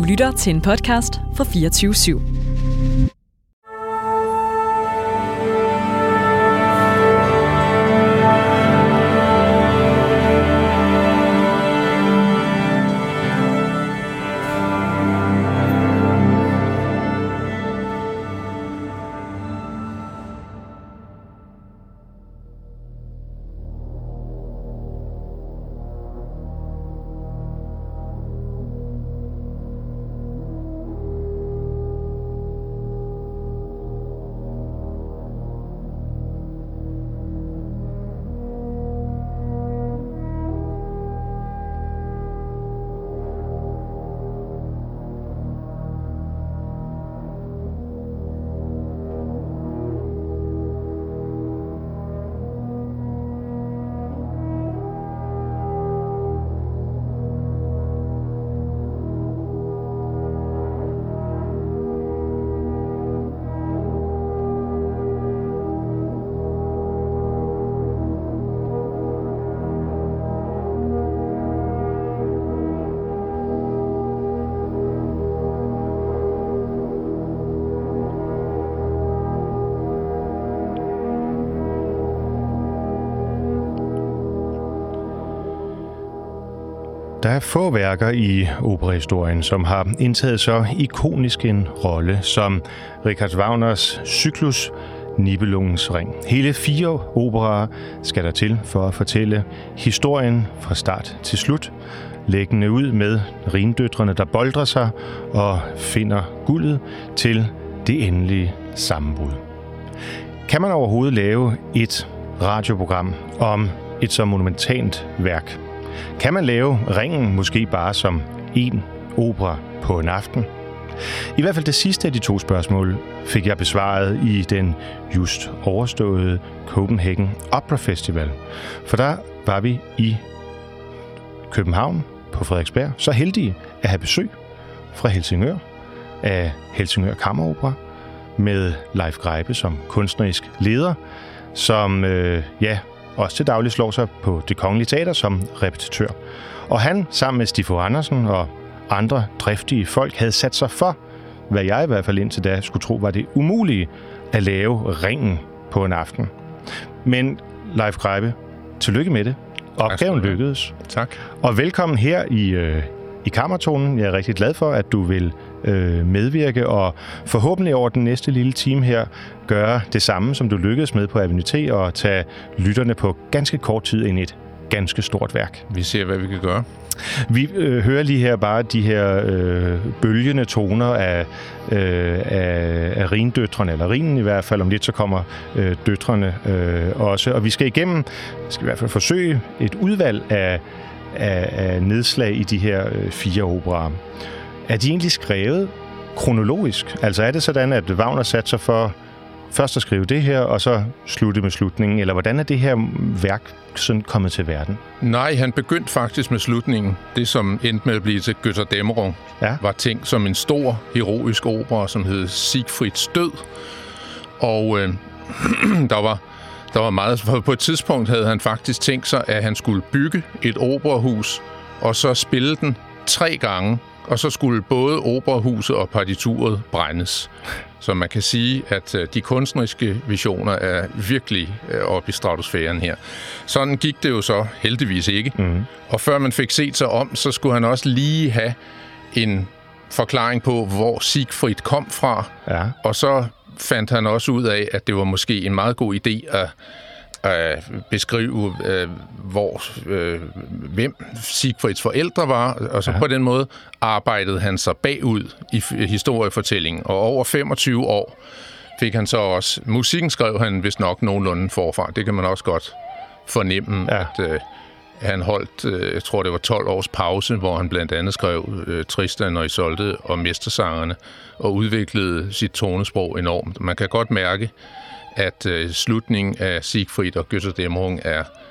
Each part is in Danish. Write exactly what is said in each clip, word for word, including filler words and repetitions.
lytter til en podcast fra fireogtyve syv. Der er få værker i operahistorien, som har indtaget så ikonisk en rolle som Richard Wagners cyklus Nibelungens Ring. Hele fire operaer skal der til for at fortælle historien fra start til slut, læggende ud med rindøtrene, der boldrer sig og finder guldet til det endelige sammenbrud. Kan man overhovedet lave et radioprogram om et så monumentalt værk? Kan man lave Ringen måske bare som en opera på en aften? I hvert fald det sidste af de to spørgsmål fik jeg besvaret i den just overståede Copenhagen Opera Festival. For der var vi i København på Frederiksberg så heldige at have besøg fra Helsingør af Helsingør Kammeropera med Leif Grebe som kunstnerisk leder, som øh, ja, også til daglig slår sig på Det Kongelige Teater som repetitør. Og han, sammen med Stifo Andersen og andre driftige folk, havde sat sig for, hvad jeg i hvert fald indtil da skulle tro var det umulige, at lave Ringen på en aften. Men Leif Grebe, tillykke med det. Opgaven lykkedes. Tak. Og velkommen her i, øh, i Kammertonen. Jeg er rigtig glad for, at du vil øh, medvirke, og forhåbentlig over den næste lille time her gøre det samme, som du lykkedes med på Avenue T, og tage lytterne på ganske kort tid ind i et ganske stort værk. Vi ser, hvad vi kan gøre. Vi øh, hører lige her bare de her øh, bølgende toner af, øh, af, af rindøtrene, eller rinen i hvert fald. Om lidt så kommer øh, døtrene øh, også. Og vi skal igennem, skal i hvert fald forsøge et udvalg af, af, af nedslag i de her øh, fire operaer. Er de egentlig skrevet kronologisk? Altså er det sådan, at Wagner satte sig for først at skrive det her, og så slutte med slutningen? Eller hvordan er det her værk sådan kommet til verden? Nej, han begyndte faktisk med slutningen. Det, som endte med at blive til Götterdämmerung, ja. var tænkt som en stor, heroisk opera, som hed Siegfrieds Død. Og øh, der var der var meget... På et tidspunkt havde han faktisk tænkt sig, at han skulle bygge et operahus, og så spille den tre gange, og så skulle både operahuset og partituret brændes. Så man kan sige, at de kunstneriske visioner er virkelig oppe i stratosfæren her. Sådan gik det jo så heldigvis ikke. Mm. Og før man fik set sig om, så skulle han også lige have en forklaring på, hvor Siegfried kom fra. Ja. Og så fandt han også ud af, at det var måske en meget god idé at at beskrive, øh, hvor, øh, hvem Siegfrieds forældre var, og så ja. på den måde arbejdede han sig bagud i historiefortællingen. Og over femogtyve år fik han så også... Musikken skrev han vist nok nogenlunde forfra. Det kan man også godt fornemme, ja. at øh, han holdt, øh, jeg tror det var tolv års pause, hvor han blandt andet skrev øh, Tristan og Isolde og Mestersangerne, og udviklede sit tonesprog enormt. Man kan godt mærke, at øh, slutningen af Siegfried og Götterdämmerung er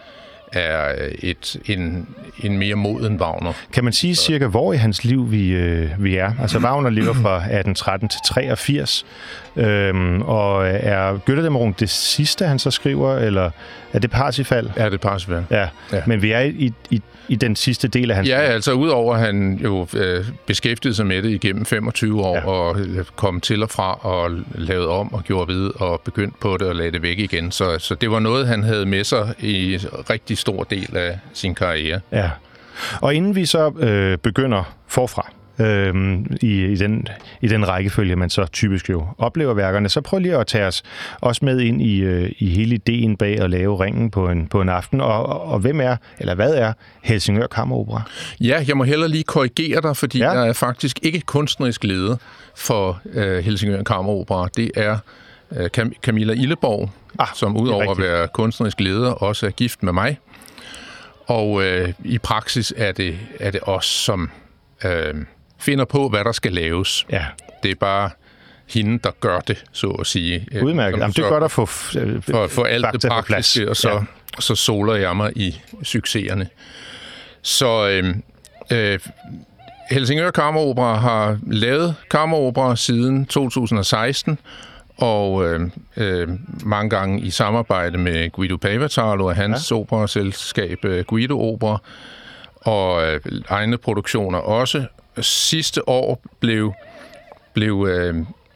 er et, en, en mere moden Wagner. Kan man sige cirka, hvor i hans liv vi, øh, vi er? Altså Wagner lever fra atten tretten til treogfirs, øhm, og er Götterdämmerung det sidste, han så skriver, eller er det Parsifal? Ja, det er Parsifal. Ja, ja. Men vi er i, i, i den sidste del af hans Ja, altså udover at han jo øh, beskæftigede sig med det igennem femogtyve år, ja. og kom til og fra og lavede om og gjorde ved og begyndte på det og lagde det væk igen. Så, så det var noget, han havde med sig i en rigtig stor del af sin karriere. Ja, og inden vi så øh, begynder forfra, Øhm, i, i, den, i den rækkefølge, man så typisk jo oplever værkerne, så prøv lige at tage os også med ind i, øh, i hele ideen bag at lave Ringen på en, på en aften, og, og, og hvem er, eller hvad er Helsingør Kammeropera? Ja, jeg må heller lige korrigere dig, fordi ja. jeg er faktisk ikke kunstnerisk leder for øh, Helsingør Kammeropera. Det er øh, Cam- Camilla Illeborg, ah, som udover at være kunstnerisk leder, også er gift med mig. Og øh, i praksis er det, er det os, som øh, finder på, hvad der skal laves. Ja. Det er bare hende, der gør det, så at sige. Udmærket. Jamen, det er godt at få øh, for, for alt det praktiske, og så, ja. så soler jeg mig i succeserne. Så øh, øh, Helsingør Kammeropera har lavet kammeropera siden to tusind og seksten, og øh, øh, mange gange i samarbejde med Guido Pavatalo og hans ja. operaselskab Guido Opera, og øh, egne produktioner også. Sidste år blev, blev øh,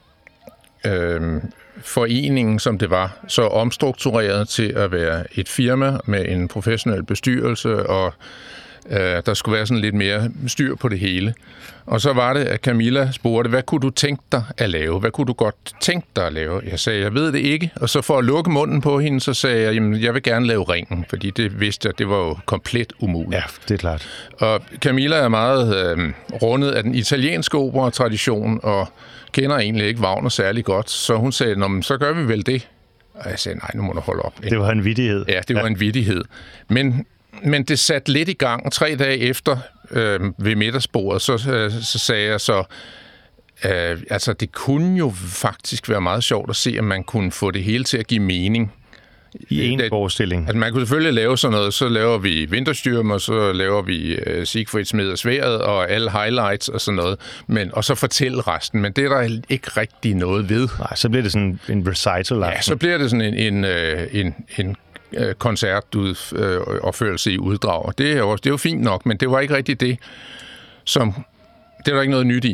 øh, foreningen, som det var, så omstruktureret til at være et firma med en professionel bestyrelse, og øh, der skulle være sådan lidt mere styr på det hele. Og så var det, at Camilla spurgte, hvad kunne du tænke dig at lave? Hvad kunne du godt tænke dig at lave? Jeg sagde, jeg ved det ikke. Og så for at lukke munden på hende, så sagde jeg, jamen, jeg vil gerne lave Ringen, fordi det vidste jeg, det var jo komplet umuligt. Ja, det er klart. Og Camilla er meget øh, rundet af den italienske opera-tradition, og kender egentlig ikke Wagner særlig godt. Så hun sagde, nå, men så gør vi vel det. Og jeg sagde, nej, nu må du holde op. Det var en vittighed. Ja, det var ja. en vittighed. Men, men det satte lidt i gang. Tre dage efter øh, ved middagsbordet, så, øh, så sagde jeg så, øh, altså det kunne jo faktisk være meget sjovt at se, om man kunne få det hele til at give mening. I en forestilling. Altså man kunne selvfølgelig lave sådan noget, så laver vi Vinterstyrm, og så laver vi uh, Siegfried Smed og Sværdet, og alle highlights og sådan noget, men, og så fortælle resten, men det er der ikke rigtig noget ved. Nej, så bliver det sådan en recital. Ja, så bliver det sådan en, en, en, en koncertopførelse i uddrag. Det er, jo, det er jo fint nok, men det var ikke rigtig det, som... Det er der ikke noget nyt i.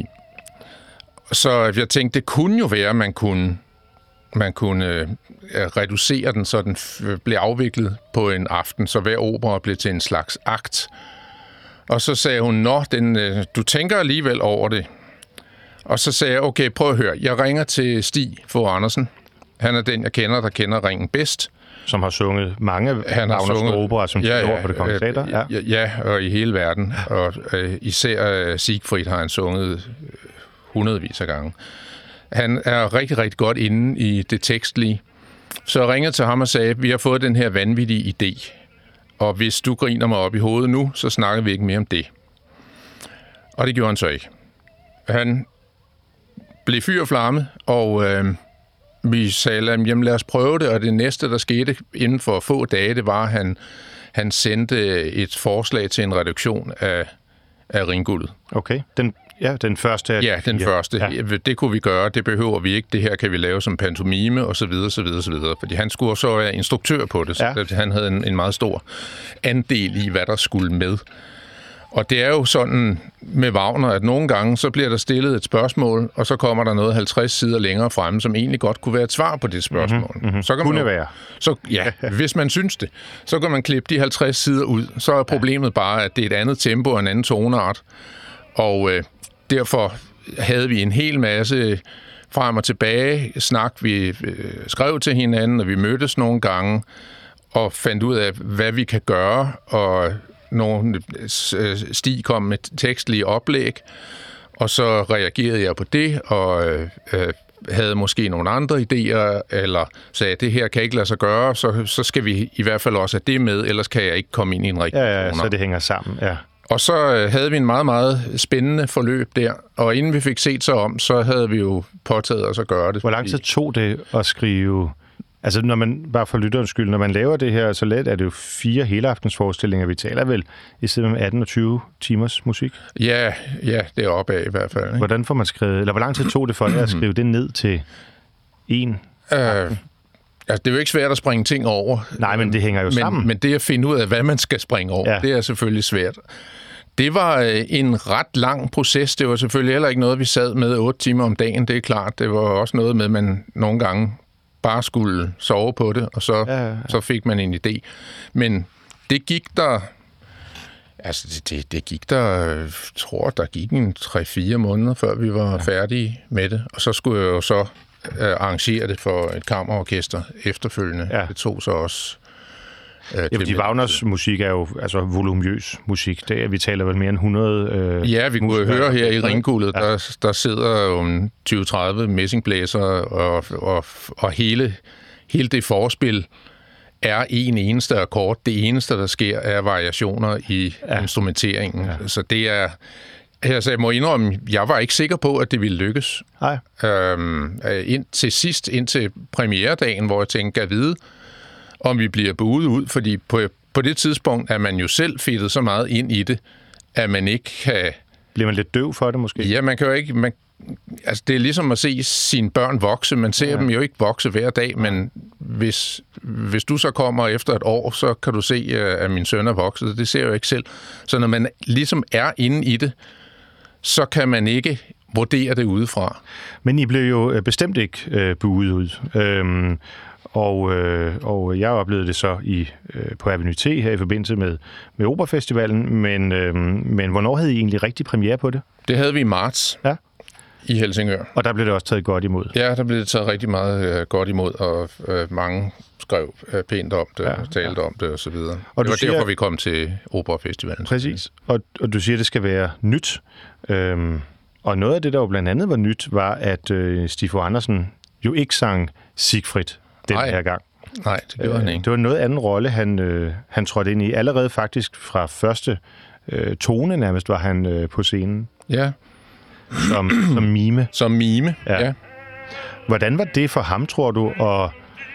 Så jeg tænkte, det kunne jo være, at man kunne... Man kunne øh, reducere den, så den f- blev afviklet på en aften, så hver opera blev til en slags akt. Og så sagde hun, nå, den, øh, du tænker alligevel over det. Og så sagde jeg, okay, prøv at høre, jeg ringer til Stig Fogh Andersen. Han er den, jeg kender, der kender Ringen bedst. Som har sunget mange Wagners operaer som ja, ja, på Det Kongelige Teater. Ja. Ja, ja, og i hele verden. Og øh, især øh, Siegfried har han sunget hundredvis af gange. Han er rigtig, rigtig godt inde i det tekstlige. Så jeg ringede til ham og sagde, vi har fået den her vanvittige idé. Og hvis du griner mig op i hovedet nu, så snakker vi ikke mere om det. Og det gjorde han så ikke. Han blev fyr og flamme, og øh, vi sagde, jamen lad os prøve det. Og det næste, der skete inden for få dage, det var, at han, han sendte et forslag til en reduktion af, af Ringguldet. Okay, den Ja, den første. Ja, den ja. første. Ja. Det kunne vi gøre, det behøver vi ikke. Det her kan vi lave som pantomime, og så videre, så videre, så videre. Fordi han skulle så være instruktør på det, så ja. han havde en, en meget stor andel i, hvad der skulle med. Og det er jo sådan med Wagner, at nogle gange, så bliver der stillet et spørgsmål, og så kommer der noget halvtreds sider længere fremme, som egentlig godt kunne være et svar på det spørgsmål. Mm-hmm. Så kan kunne man, være. Så, ja, hvis man synes det, så kan man klippe de halvtreds sider ud. Så er problemet bare, at det er et andet tempo og en anden toneart. Og øh, derfor havde vi en hel masse frem og tilbage snak. Vi øh, skrev til hinanden, og vi mødtes nogle gange og fandt ud af, hvad vi kan gøre. Og nogle Stig kom med tekstlige oplæg, og så reagerede jeg på det, og øh, havde måske nogle andre idéer, eller sagde, at det her kan ikke lade sig gøre, så, så skal vi i hvert fald også have det med, ellers kan jeg ikke komme ind i en rigtig ja, ja, så det hænger sammen, ja. Og så havde vi en meget, meget spændende forløb der, og inden vi fik set så om, så havde vi jo påtaget os at gøre det. Hvor lang tid tog det at skrive Altså, når man, bare for lytterens skyld, når man laver det her så let, er det jo fire helaftensforestillinger, vi taler vel i stedet med atten og tyve timers musik? Ja, ja, det er opad i hvert fald. Ikke? Hvordan får man skrevet, eller hvor lang tid tog det for jer at skrive det ned til en? Øh, altså, det er jo ikke svært at springe ting over. Nej, men det hænger jo men, sammen. Men det at finde ud af, hvad man skal springe over, ja. det er selvfølgelig svært. Det var en ret lang proces. Det var selvfølgelig heller ikke noget, vi sad med otte timer om dagen, det er klart. Det var også noget med, at man nogle gange bare skulle sove på det, og så, ja, ja. så fik man en idé. Men det gik der... Altså, det, det, det gik der... Jeg tror, der gik en tre-fire måneder, før vi var ja. færdige med det. Og så skulle jeg jo så uh, arrangere det for et kammerorkester efterfølgende. Ja. Det tog så også... Ja, fordi Wagners musik er jo altså volumøs musik. Det er, vi taler vel mere end hundrede øh, Ja, vi kunne høre her i Ringguldet, ja. der, der sidder jo tyve til tredive messingblæser, og, og, og hele, hele det forspil er en eneste akkord. Det eneste, der sker, er variationer i ja. instrumenteringen. Ja. Så det er... Altså, jeg må indrømme, jeg var ikke sikker på, at det ville lykkes. Nej. Øhm, ind til sidst, ind til premieredagen, hvor jeg tænkte, at vide, om vi bliver buet ud, fordi på, på det tidspunkt er man jo selv fedtet så meget ind i det, at man ikke kan... Bliver man lidt døv for det måske? Ja, man kan jo ikke... Man, altså, det er ligesom at se sine børn vokse. Man ser ja. dem jo ikke vokse hver dag, men hvis, hvis du så kommer efter et år, så kan du se, at min søn er vokset. Det ser jeg jo ikke selv. Så når man ligesom er inde i det, så kan man ikke vurdere det udefra. Men I blev jo bestemt ikke øh, buet ud. Øhm, Og, øh, og jeg oplevede det så i øh, på Avenue T her i forbindelse med, med Operafestivalen, men, øh, men hvornår havde I egentlig rigtig premiere på det? Det havde vi i marts ja. i Helsingør. Og der blev det også taget godt imod? Ja, der blev det taget rigtig meget øh, godt imod, og øh, mange skrev øh, pænt om det, ja, og talte ja. om det og så videre. Og det var siger, derfor, vi kom til Operafestivalen. Præcis, og, og du siger, at det skal være nyt. Øhm, og noget af det, der jo blandt andet var nyt, var, at øh, Stig Andersen jo ikke sang Siegfried den Nej. her gang. Nej, det gjorde øh, han ikke. Det var en noget anden rolle, han, øh, han trådte ind i. Allerede faktisk fra første øh, tone nærmest var han øh, på scenen. Ja. Som, som mime. Som mime, ja. ja. Hvordan var det for ham, tror du, at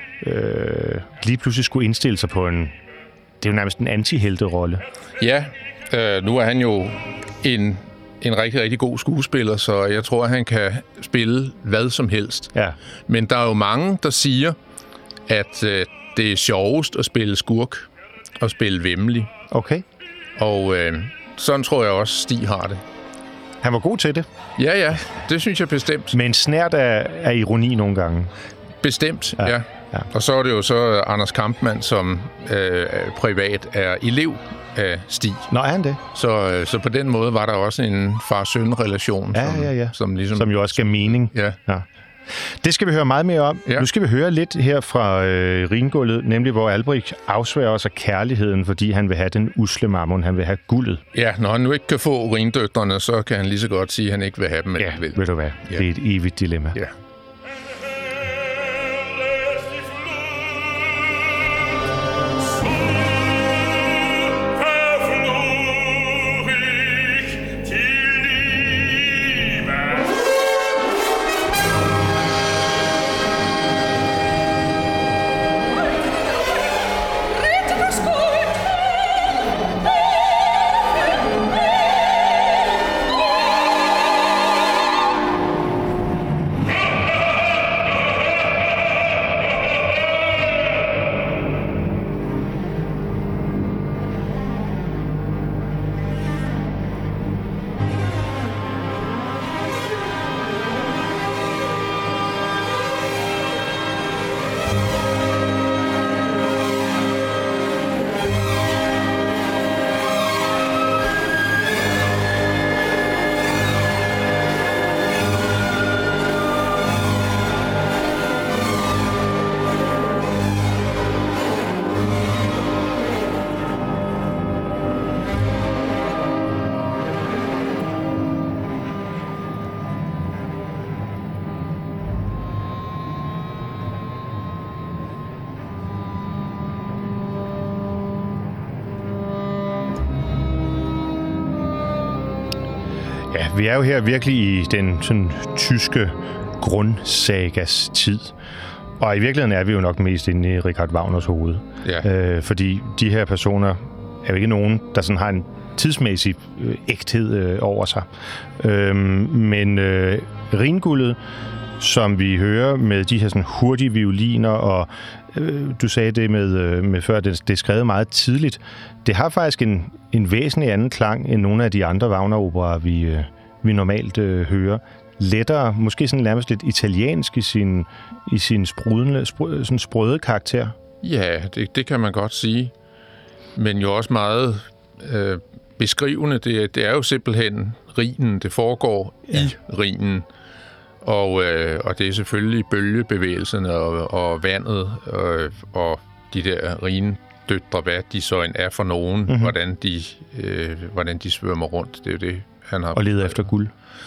øh, lige pludselig skulle indstille sig på en... Det er jo nærmest en anti-helte-rolle. Ja, øh, nu er han jo en, en rigtig, rigtig god skuespiller, så jeg tror, han kan spille hvad som helst. Ja. Men der er jo mange, der siger, at øh, det er sjovest at spille skurk og spille væmmelig. Okay. Og øh, sådan tror jeg også, Stig har det. Han var god til det. Ja, ja. Det synes jeg bestemt. Men snært af, af ironi nogle gange. Bestemt, ja. ja. ja. Og så er det jo så Anders Kampmann, som øh, privat er elev af Stig. Nå, er han det? Så, øh, så på den måde var der også en far-søn-relation. Ja, som, ja, ja. Som, ligesom, som jo også gav mening. Ja. ja. Det skal vi høre meget mere om. Ja. Nu skal vi høre lidt her fra øh, Ringguldet, nemlig hvor Albrich afsværger sig kærligheden, fordi han vil have den usle mammon, han vil have guldet. Ja, når han nu ikke kan få rindøtterne, så kan han lige så godt sige, at han ikke vil have dem. Ja, vil. ved du hvad? Ja. Det er et evigt dilemma. Ja. Ja, vi er jo her virkelig i den sådan tyske grundsagas tid. Og i virkeligheden er vi jo nok mest inde i Richard Wagners hoved. Ja. Øh, fordi de her personer er jo ikke nogen, der sådan har en tidsmæssig øh, ægthed øh, over sig. Øh, men øh, Rhinguldet, som vi hører med de her sådan hurtige violiner, og øh, du sagde det med, øh, med før, det, det er skrevet meget tidligt, det har faktisk en, en væsentlig anden klang end nogle af de andre Wagner-operer, vi, øh, vi normalt øh, hører. Lettere, måske sådan nærmest lidt italiensk i sin, i sin sprudende, sprøde, sådan sprøde karakter. Ja, det, det kan man godt sige. Men jo også meget øh, beskrivende. Det, det er jo simpelthen Rhinen. Det foregår ja. i Rhinen. Og, øh, og det er selvfølgelig bølgebevægelserne og, og vandet og, og de der Rhindøtre, hvad de så end er for nogen, mm-hmm. hvordan, de, øh, hvordan de svømmer rundt. Det er jo det, han har... Og leder efter guld.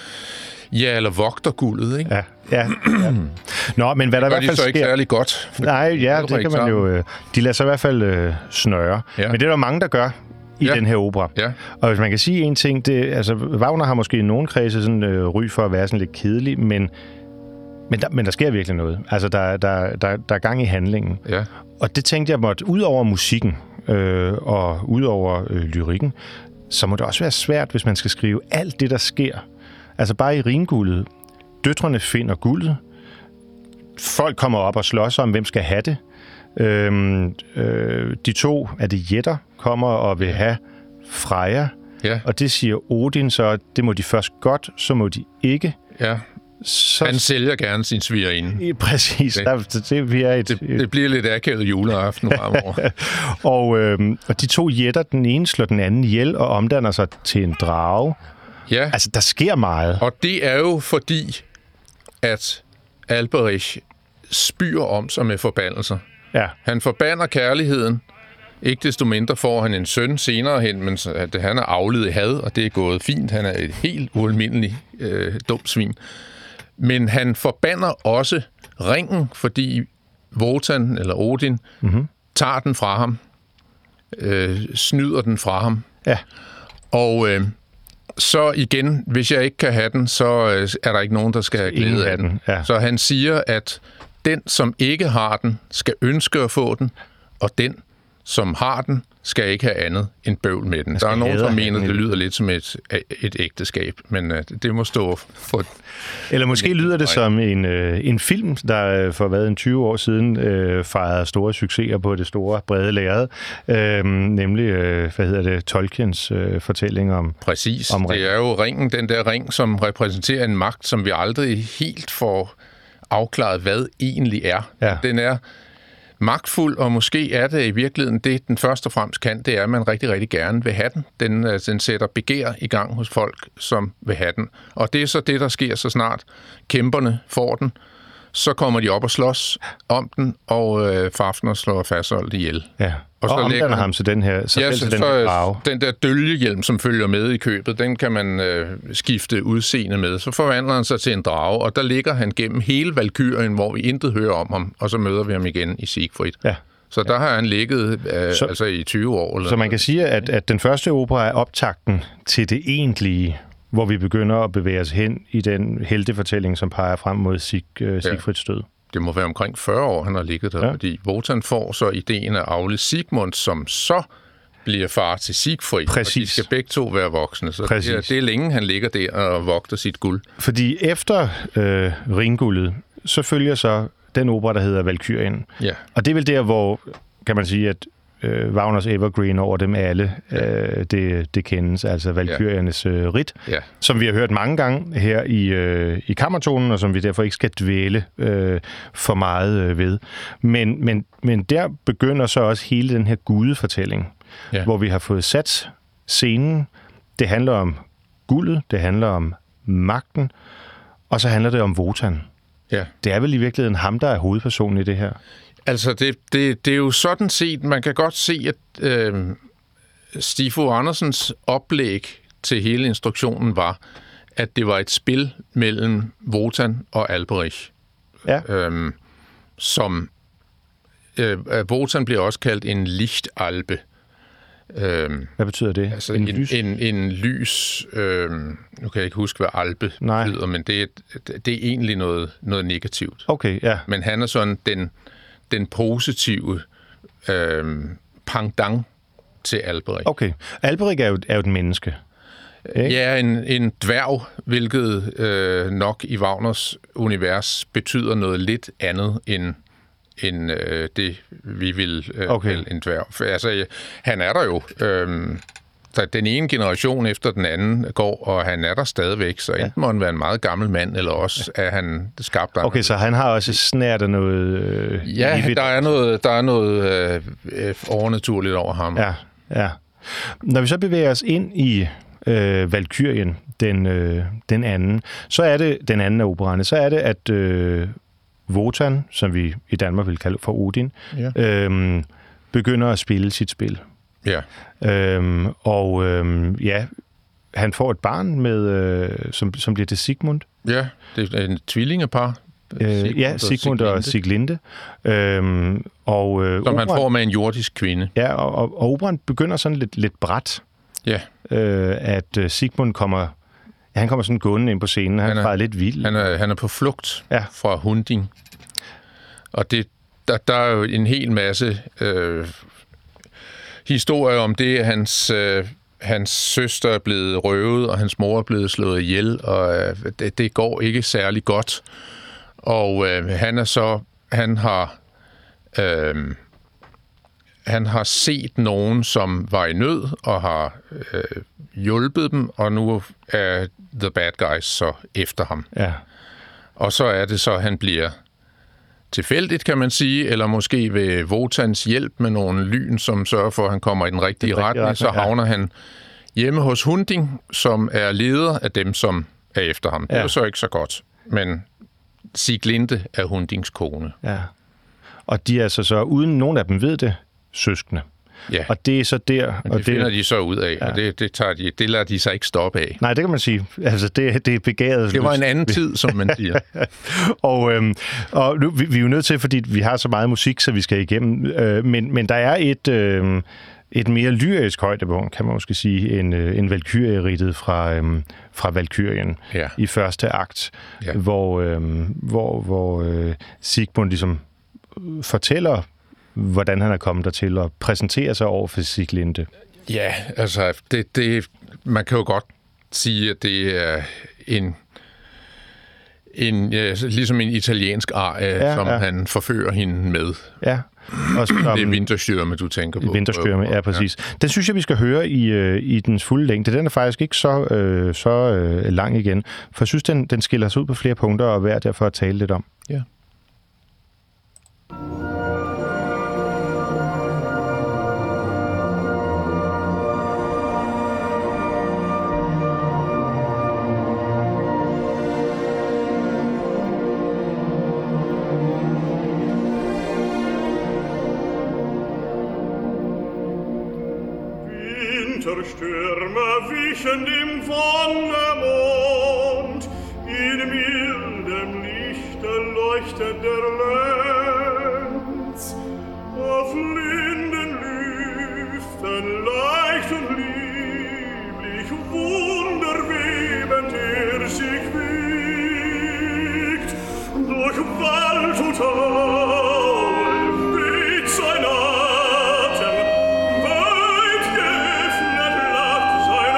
Ja, eller vogter guldet, ikke? Ja, ja. ja. Nå, men hvad der i hvert fald de så sker... ikke særlig godt. Nej, ja, det, det kan man jo... Øh, de lader sig i hvert fald øh, snøre. Ja. Men det er der mange, der gør i ja. den her opera. Ja. Og hvis man kan sige en ting, det, altså Wagner har måske i nogle kredse sådan øh, ry for at være sådan lidt kedelig, men, men, der, men der sker virkelig noget. Altså, der, der, der, der er gang i handlingen. Ja. Og det tænkte jeg måtte, ud over musikken øh, og ud over øh, lyrikken, så må det også være svært, hvis man skal skrive alt det, der sker. Altså bare i Rhinguldet. Døtrene finder guldet. Folk kommer op og slås om, hvem skal have det. Øhm, øh, de to, er det jætter, kommer og vil have Freja. Ja. Og det siger Odin så, det må de først godt, så må de ikke. Ja. Så... Han sælger gerne sin svigerinde. Præcis. Det, der, det, bliver et, det, det bliver lidt akavet juleaften fremover. og, øhm, og de to jætter, den ene slår den anden ihjel og omdanner sig til en drage. Ja. Altså, der sker meget. Og det er jo fordi, at Alberich spyr om sig med forbandelser. Ja. Han forbander kærligheden. Ikke desto mindre får han en søn senere hen, men han er afledt i had, og det er gået fint. Han er et helt ualmindeligt øh, dumt svin. Men han forbander også ringen, fordi Wotan, eller Odin, mm-hmm. tager den fra ham. Øh, snyder den fra ham. Ja. Og... Øh, så igen, hvis jeg ikke kan have den, så er der ikke nogen, der skal have glæde af den. Ja. Så han siger, at den, som ikke har den, skal ønske at få den, og den, som har den, skal ikke have andet end bøvl med den. Der er nogen, som mener, det lyder lidt som et, et ægteskab, men uh, det må stå for... Eller måske lyder det som en, uh, en film, der for hvad, en tyve år siden uh, fejrede store succeser på det store, brede lærred. Uh, nemlig, uh, hvad hedder det, Tolkiens uh, fortælling om... Præcis. Om det er jo ringen, den der ring, som repræsenterer en magt, som vi aldrig helt får afklaret, hvad egentlig er. Ja. Den er... magtfuld, og måske er det i virkeligheden det, den først og fremmest kan, det er, at man rigtig, rigtig gerne vil have den. Den, den sætter begær i gang hos folk, som vil have den. Og det er så det, der sker så snart kæmperne får den. Så kommer de op og slås om den, og øh, Fafner slår Fasold ihjel. Ja. Og, og så omdanner ham til den her, så ja, så, den, her den der dølgehjelm, som følger med i købet, den kan man øh, skifte udseende med. Så forvandler han sig til en drage, og der ligger han gennem hele Valkyrien, hvor vi intet hører om ham, og så møder vi ham igen i Siegfried. Ja. Så der ja. har han ligget øh, så, altså i tyve år. Eller så man kan sige, at, at den første opera er optakten til det egentlige, hvor vi begynder at bevæge os hen i den heltefortælling, som peger frem mod Sig, øh, Siegfrieds død. Det må være omkring fyrre år, han har ligget der, ja. fordi Wotan får så ideen at afle Sigmund, som så bliver far til Siegfried. Præcis. Og de skal begge to være voksne. Så det er, det er længe, han ligger der og vogter sit guld. Fordi efter øh, Rhinguldet, så følger så den opera, der hedder Valkyrien. Ja. Og det er vel der, hvor, kan man sige, at øh, Wagners evergreen over dem alle, øh, det, det kendes, altså Valkyriernes øh, rit, ja. som vi har hørt mange gange her i, øh, i kammertonen, og som vi derfor ikke skal dvæle øh, for meget øh, ved. Men, men, men der begynder så også hele den her gudefortælling, ja. hvor vi har fået sat scenen. Det handler om guldet, det handler om magten, og så handler det om Wotan. Ja. Det er vel i virkeligheden ham, der er hovedpersonen i det her. Altså, det, det, det er jo sådan set, man kan godt se, at øh, Stig Fogh Andersens oplæg til hele instruktionen var, at det var et spil mellem Wotan og Alberich. Ja. Øhm, som øh, Wotan bliver også kaldt en Lichtalbe. Øhm, hvad betyder det? Altså en, en, lys? En, en lys... Øhm, nu kan jeg ikke huske, hvad alpe Nej. betyder, men det er, det er egentlig noget, noget negativt. Okay, ja. Men han er sådan den, den positive øhm, pendant til Alberik. Okay. Alberik er jo, er jo et menneske. Ikke? Ja, en, en dværg, hvilket øh, nok i Wagners univers betyder noget lidt andet end, end øh, det, vi vil øh, okay. kalde en dværg. For, altså, han er der jo. Øh, så den ene generation efter den anden går, og han er der stadigvæk, så enten ja. må han være en meget gammel mand, eller også er han skabt. Okay, så han har også snært af noget... Øh, ja, der er noget, der er noget øh, overnaturligt over ham. Ja, ja. Når vi så bevæger os ind i øh, Valkyrien, den, øh, den anden, så er det den anden af operaerne, så er det, at øh, Wotan, som vi i Danmark vil kalde for Odin, ja. øh, begynder at spille sit spil. Ja. Øhm, og øhm, ja, han får et barn, med, øh, som, som bliver til Sigmund. Ja, det er en tvillingepar. Øh, Sigmund ja, Sigmund og Siglinde. Øhm, og, øh, som operen, han får med en jordisk kvinde. Ja, og, og, og operen begynder sådan lidt, lidt brat. Ja. Øh, at øh, Sigmund kommer... Ja, han kommer sådan gående ind på scenen. Han, han er lidt vild. Han er, han er på flugt ja. fra Hunding. Og det, der, der er jo en hel masse... Øh, historie om det, at hans, øh, hans søster er blevet røvet, og hans mor er blevet slået ihjel, og øh, det, det går ikke særlig godt. Og øh, han er så, han har, øh, han har set nogen, som var i nød, og har øh, hjulpet dem, og nu er the bad guys så efter ham. Ja. Og så er det så, at han bliver tilfældigt, kan man sige, eller måske ved Wotans hjælp med nogle lyn, som sørger for, at han kommer i den rigtige, den rigtige retning, retning, så havner ja. han hjemme hos Hunding, som er leder af dem, som er efter ham. Ja. Det er så ikke så godt, men Siglinde er Hundings kone. Ja. Og de er altså så, uden nogen af dem ved det, søskende. Ja. Og det er så der... Men og det finder det, de så ud af, ja. og det, det, tager de, det lader de sig ikke stoppe af. Nej, det kan man sige. Altså, det, det er begavet. Det var en anden tid, som man siger. og øhm, og nu, vi, vi er jo nødt til, fordi vi har så meget musik, så vi skal igennem. Øh, men, men der er et, øh, et mere lyrisk højdepunkt, kan man måske sige, end, øh, end Valkyrie-ridtet fra, øh, fra Valkyrien ja. i første akt, ja. hvor, øh, hvor, hvor øh, Sigmund ligesom fortæller, hvordan han er kommet dertil og præsenterer sig over for Siglinde. Ja, altså, det, det, man kan jo godt sige, at det er en, en ja, ligesom en italiensk arie, ja, som ja. han forfører hende med. Ja. Og som, det er Vinterstürme, du tænker på. Vinterstürme, ja, præcis. Ja. Den synes jeg, vi skal høre i, i dens fulde længde. Den er faktisk ikke så, øh, så øh, lang igen, for jeg synes, den, den skiller sig ud på flere punkter, og er værd derfor at tale lidt om. Ja. Stürme wichen dem Wonnemond, in mildem Lichte leuchtet der Lenz. Auf linden Lüften leicht und lieblich, wunderwebend er sich wiegt, durch Wald und Tal weht sein Atem, weit geöffnet lacht sein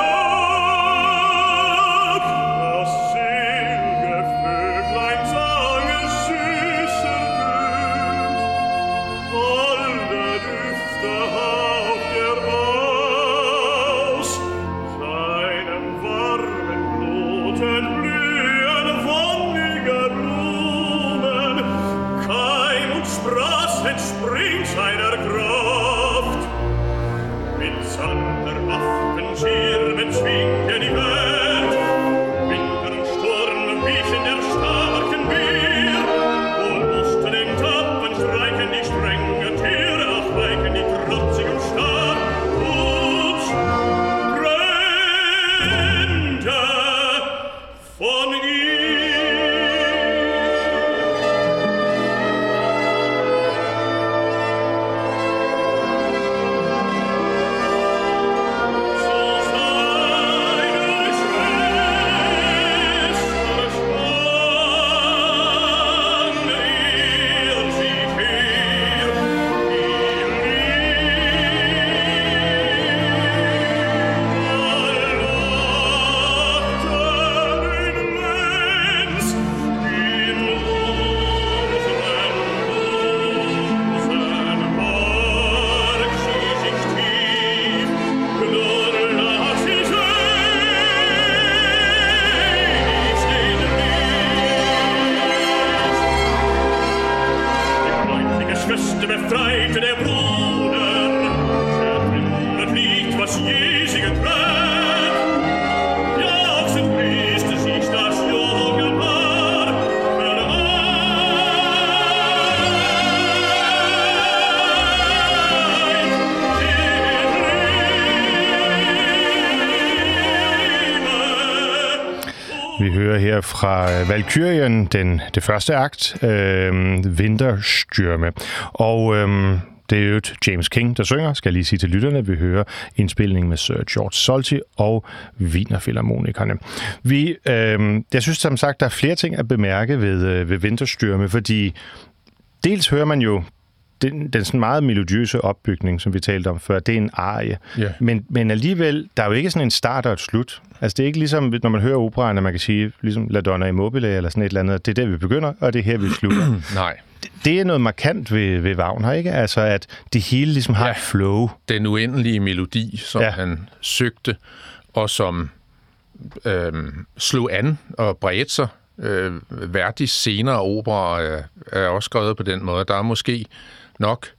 Auge. Das selige Vöglein sang es süßer Tönt, holde Düfte haucht er aus, seinem warmen Blut entblühen wonnige Blumen, Vi hører her fra Valkyrien, den, det første akt, øh, Vinterstürme. Og øh, det er jo James King, der synger, skal jeg lige sige til lytterne. Vi hører indspilningen med Sir George Solti og Wienerfilharmonikerne. Vi, øh, jeg synes som sagt, der er flere ting at bemærke ved, ved Vinterstürme, fordi dels hører man jo den, den sådan meget melodiøse opbygning, som vi talte om før, det er en arie. Yeah. Men, men alligevel, der er jo ikke sådan en start og et slut. Altså det er ikke ligesom, når man hører operaen, at man kan sige, ligesom La Donna Immobile eller sådan et eller andet, det er der, vi begynder, og det er her, vi slutter. Nej. Det, det er noget markant ved, ved Wagner, ikke? Altså at det hele ligesom har ja, et flow. Den uendelige melodi, som ja. han søgte, og som øh, slog an og bredte sig. Øh, Verdis senere opera er, er også skrevet på den måde. Der er måske nok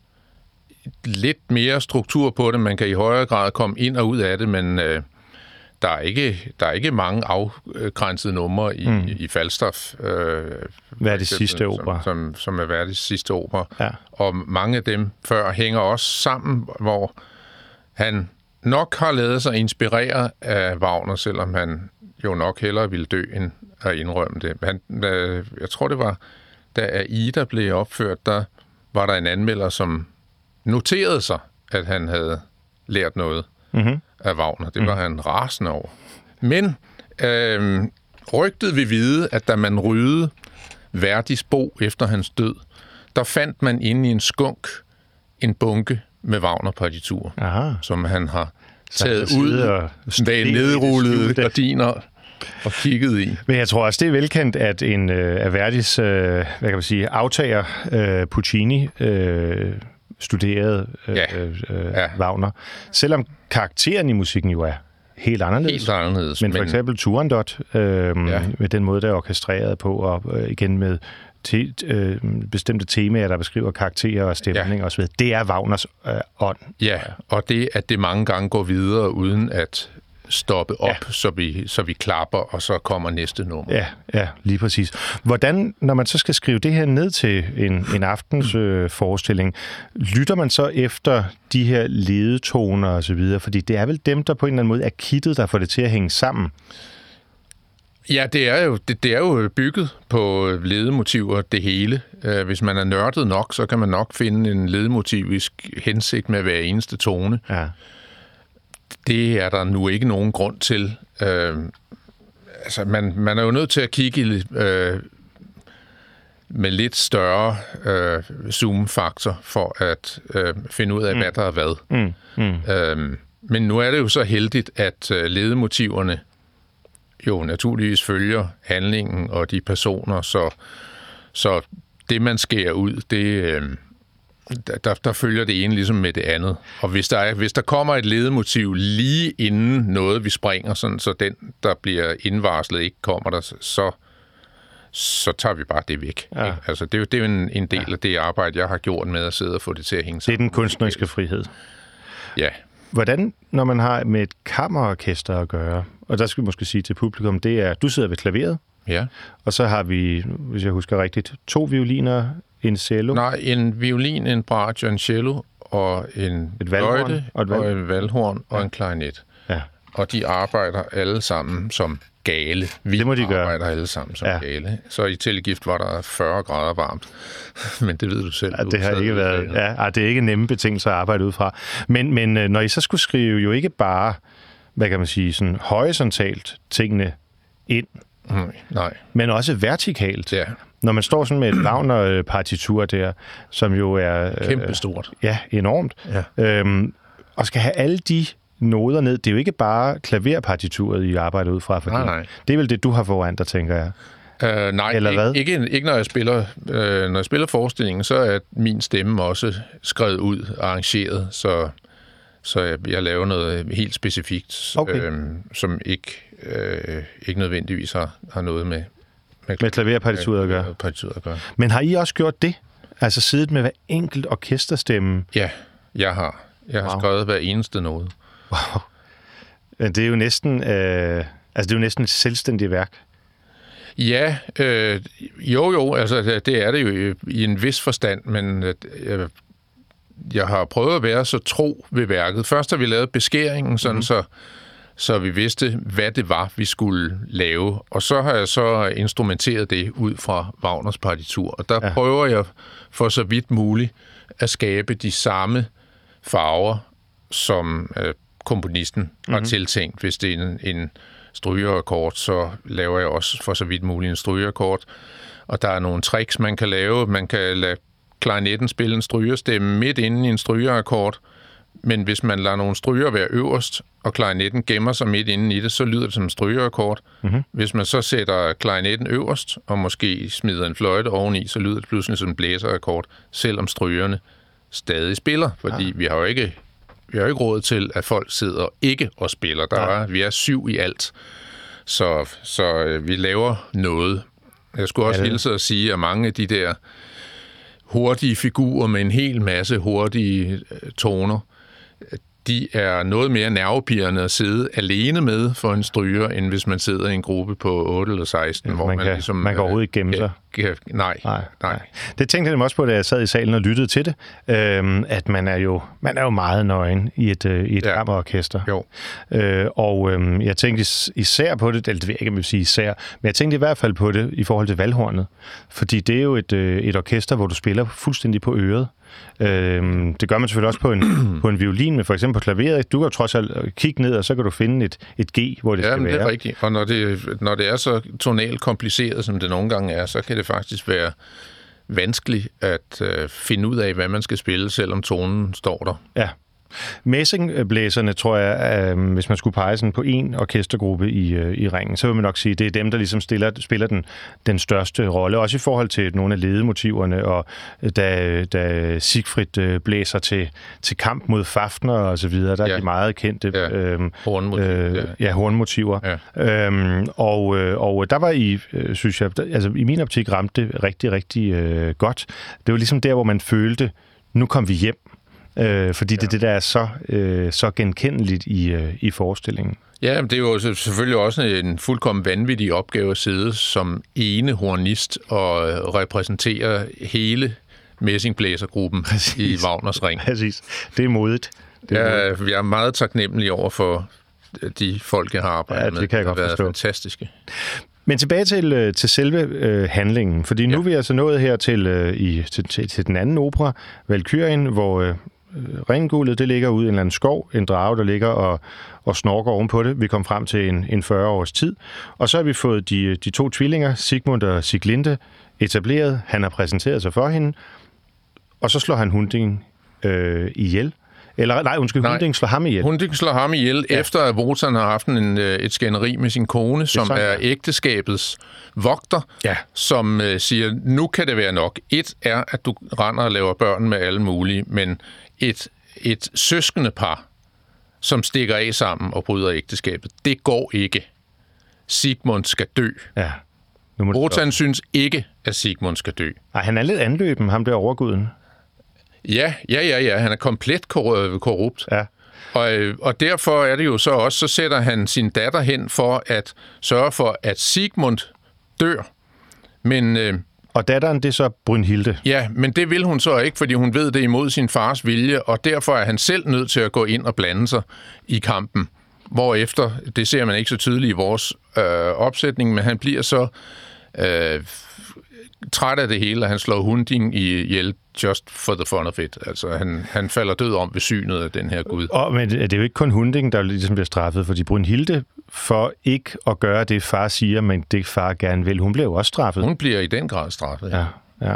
lidt mere struktur på det. Man kan i højere grad komme ind og ud af det, men øh, der, er ikke, der er ikke mange afgrænsede numre i, mm. i Falstaff. Øh, Verdis sidste opera. Som, som, som er Verdis sidste opera. Ja. Og mange af dem før hænger også sammen, hvor han nok har ladet sig inspirere af Wagner, selvom han jo nok hellere ville dø end at indrømme det. Han, øh, jeg tror, det var, da Aida blev opført, der var der en anmelder, som noterede sig, at han havde lært noget mm-hmm. af Wagner. Det var mm. han rasende over. Men øh, rygtet vil vide, at da man ryddede Verdis bo efter hans død, der fandt man inde i en skunk en bunke med Wagner-partiturer, som han har taget ud og bag nedrullede gardiner og kigget i. Men jeg tror også, det er velkendt, at en øh, af Verdis, øh, hvad kan man sige, aftager øh, Puccini øh, studerede øh, ja. øh, ja. Wagner. Selvom karakteren i musikken jo er helt anderledes. Helt anderledes. Men for men... eksempel Turandot, øh, ja. med den måde, der er orkestreret på, og øh, igen med te, øh, bestemte temaer, der beskriver karakterer og stemning ja. osv. Det er Wagners øh, ånd. Ja, og det, at det mange gange går videre, uden at stoppe op, ja. så, vi, så vi klapper, og så kommer næste nummer. Ja, ja, lige præcis. Hvordan, når man så skal skrive det her ned til en, en aftens øh, forestilling, lytter man så efter de her ledetoner og så videre? Fordi det er vel dem, der på en eller anden måde er kittet, der får det til at hænge sammen? Ja, det er jo, det, det er jo bygget på ledemotiver, det hele. Hvis man er nørdet nok, så kan man nok finde en ledemotivisk hensigt med hver eneste tone. Ja. Det er der nu ikke nogen grund til. Øh, altså, man, man er jo nødt til at kigge øh, med lidt større øh, zoom-faktor for at øh, finde ud af, mm. hvad der er hvad. Mm. Mm. Øh, men nu er det jo så heldigt, at øh, ledemotiverne jo naturligvis følger handlingen og de personer, så, så det, man skærer ud, det... Øh, Der, der følger det ene ligesom med det andet. Og hvis der, er, hvis der kommer et ledemotiv lige inden noget, vi springer, sådan, så den, der bliver indvarslet, ikke kommer der, så, så tager vi bare det væk. Ja. Altså, det, er jo, det er jo en, en del ja. af det arbejde, jeg har gjort med at sidde og få det til at hænge sammen. Det er den kunstneriske frihed. Ja. Hvordan, når man har med et kammerorkester at gøre, og der skal vi måske sige til publikum, det er, du sidder ved klaveret, ja. og så har vi, hvis jeg husker rigtigt, to violiner, en cello? Nej, en violin, en bratsch, en cello, og en fløjte, og, et valg- og en valghorn, og ja. en klarinet. Ja. Og de arbejder alle sammen som gale. Vi det må de arbejder gøre. alle sammen som ja. gale. Så i Telegift var der fyrre grader varmt. Men det ved du selv. Ja, det har ikke været... Ja, det er ikke nemme betingelser at arbejde ud fra. Men, men når I så skulle skrive jo ikke bare, hvad kan man sige, sådan horisontalt tingene ind, mm, nej. men også vertikalt. Ja. Når man står sådan med et Wagner-partitur der, som jo er... Kæmpestort. Øh, ja, enormt. Ja. Øhm, og skal have alle de noder ned. Det er jo ikke bare klaverpartituret, I arbejder ud fra. Fordi nej, nej. Det er vel det, du har foran dig, tænker jeg. Øh, nej, Eller ikke, hvad? Ikke, ikke når jeg spiller. Øh, når jeg spiller forestillingen, så er min stemme også skrevet ud, arrangeret, så, så jeg, jeg laver noget helt specifikt, okay. øh, som ikke, øh, ikke nødvendigvis har, har noget med Med, med klaverpartituret at gøre. at gøre. Men har I også gjort det? Altså siddet med hver enkelt orkesterstemme? Ja, jeg har. Jeg har wow. skrevet hver eneste noget. Wow. Det er jo næsten, øh, altså det er jo næsten et selvstændigt værk. Ja, øh, jo jo, altså det er det jo i en vis forstand, men øh, jeg har prøvet at være så tro ved værket. Først har vi lavet beskæringen, sådan mm-hmm. så så vi vidste, hvad det var, vi skulle lave. Og så har jeg så instrumenteret det ud fra Wagners partitur. Og der ja. prøver jeg for så vidt muligt at skabe de samme farver, som øh, komponisten mm-hmm. har tiltænkt. Hvis det er en, en strygeakkord, så laver jeg også for så vidt muligt en strygeakkord. Og der er nogle tricks, man kan lave. Man kan lade klarinetten spille en strygerstemme midt inde i en strygeakkord, men hvis man lader nogle stryger være øverst, og klarinetten gemmer sig midt inde i det, så lyder det som en strygeakkord. Mm-hmm. Hvis man så sætter klarinetten øverst, og måske smider en fløjte oveni, så lyder det pludselig som en blæserakkord, selvom strygerne stadig spiller, fordi ja. vi har jo ikke, vi har jo ikke råd til, at folk sidder ikke og spiller. Der er, vi er syv i alt, så, så vi laver noget. Jeg skulle også ja, hilse at sige, at mange af de der hurtige figurer med en hel masse hurtige toner, de er noget mere nervepirrende at sidde alene med for en stryger, end hvis man sidder i en gruppe på otte eller seksten, ja, hvor man, man, kan, ligesom, man kan overhovedet ikke gemme sig. Kan, kan, nej, nej, nej. Det tænkte jeg også på, da jeg sad i salen og lyttede til det, øhm, at man er, jo, man er jo meget nøgen i et, øh, i et ja. kammerorkester. Jo. Øh, og øhm, jeg tænkte især på det, eller det ved jeg ikke, om jeg vil sige især, men jeg tænkte i hvert fald på det i forhold til valghornet, fordi det er jo et, øh, et orkester, hvor du spiller fuldstændig på øret. Øhm, det gør man selvfølgelig også på en, på en violin, men for eksempel på klaveret. Du kan jo trods alt kigge ned, og så kan du finde et, et G, hvor det ja, skal være. Ja, det er rigtigt. Og når det, når det er så tonalt kompliceret, som det nogle gange er, så kan det faktisk være vanskeligt at øh, finde ud af, hvad man skal spille, selvom tonen står der. Ja. Messingblæserne, tror jeg, øh, hvis man skulle pege sådan på en orkestergruppe i, øh, i ringen, så vil man nok sige, at det er dem, der ligesom stiller, spiller den, den største rolle, også i forhold til nogle af ledemotiverne, og da, da Siegfried øh, blæser til, til kamp mod Fafner og så videre, der ja. er de meget kendte ja. øh, hornmotiver. Øh, ja. ja, hornmotiver. Ja. Øhm, og, øh, og der var I, øh, synes jeg, der, altså i min optik ramte det rigtig, rigtig øh, godt. Det var ligesom der, hvor man følte, nu kom vi hjem. Øh, fordi ja. det, det der er så, øh, så genkendeligt i, øh, i forestillingen. Ja, men det er jo selvfølgelig også en fuldkommen vanvittig opgave at sidde som ene hornist og repræsentere hele messingblæsergruppen i Wagners Ring. Præcis. Det er modigt. Det er ja, modigt. Jeg er meget taknemmelig over for de folk, jeg har arbejdet ja, med. Det kan jeg godt forstå. Det har været fantastiske. Men tilbage til, til selve øh, handlingen, fordi nu ja. er vi altså nået her til, øh, i, til, til, til den anden opera, Valkyrien, hvor øh, ringguldet, det ligger ude i en eller anden skov, en drage, der ligger og, og snorker ovenpå det. Vi kom frem til en, en fyrre års tid, og så har vi fået de, de to tvillinger, Sigmund og Sieglinde, etableret. Han har præsenteret sig for hende, og så slår han Hunding øh, ihjel. Eller nej, undskyld, nej. Hunding slår ham ihjel. Hunding slår ham ihjel, ja. efter at Wotan har haft en, et skænderi med sin kone, som sådan, er ægteskabets vogter, ja. som uh, siger, nu kan det være nok. Et er, at du render og laver børn med alle mulige, men et, et søskende par, som stikker af sammen og bryder ægteskabet, det går ikke. Sigmund skal dø. Ja. Wotan synes ikke, at Sigmund skal dø. Ej, han er lidt anløben, ham der overguden. Ja, ja, ja, ja. Han er komplet korrupt. Ja. Og, og derfor er det jo så også, så sætter han sin datter hen for at sørge for, at Sigmund dør. Men, øh, og datteren, det er så Brynhilde. Ja, men det vil hun så ikke, fordi hun ved det imod sin fars vilje, og derfor er han selv nødt til at gå ind og blande sig i kampen. Hvorefter, det ser man ikke så tydeligt i vores øh, opsætning, men han bliver så øh, træt af det hele, og han slår Hunding ihjel just for the fun of it. Altså, han, han falder død om ved synet af den her gud. Og, men det er jo ikke kun Hunding, der ligesom bliver straffet, fordi Brynhilde for ikke at gøre det, far siger, men det far gerne vil. Hun bliver jo også straffet. Hun bliver i den grad straffet. Ja, ja.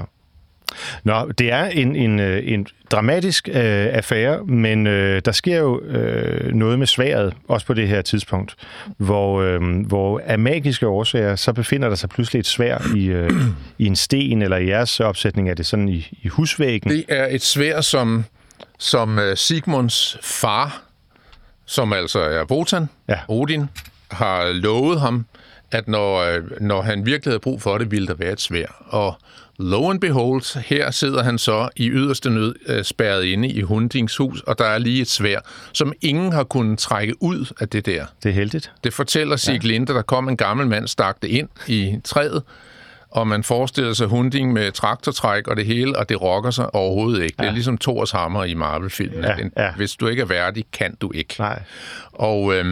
Nå, det er en, en, en dramatisk øh, affære, men øh, der sker jo øh, noget med sværdet, også på det her tidspunkt, hvor, øh, hvor af magiske årsager, så befinder der sig pludselig et sværd i, øh, i en sten, eller i jeres opsætning er det sådan i, i husvæggen. Det er et sværd, som, som uh, Sigmunds far, som altså er Wotan, ja. Odin, har lovet ham, at når, når han virkelig havde brug for det, ville der være et sværd. Og lo and behold, her sidder han så i yderste nød øh, spærret inde i Hundings hus, og der er lige et sværd, som ingen har kunnet trække ud af det der. Det er heldigt. Det fortæller Sieglinde, der kom en gammel mand, stak det ind i træet, og man forestiller sig Hunding med traktortræk og det hele, og det rokker sig overhovedet ikke. Ja. Det er ligesom Thors hammer i Marvel-filmen. Ja, ja. Hvis du ikke er værdig, kan du ikke. Nej. Og... Øh,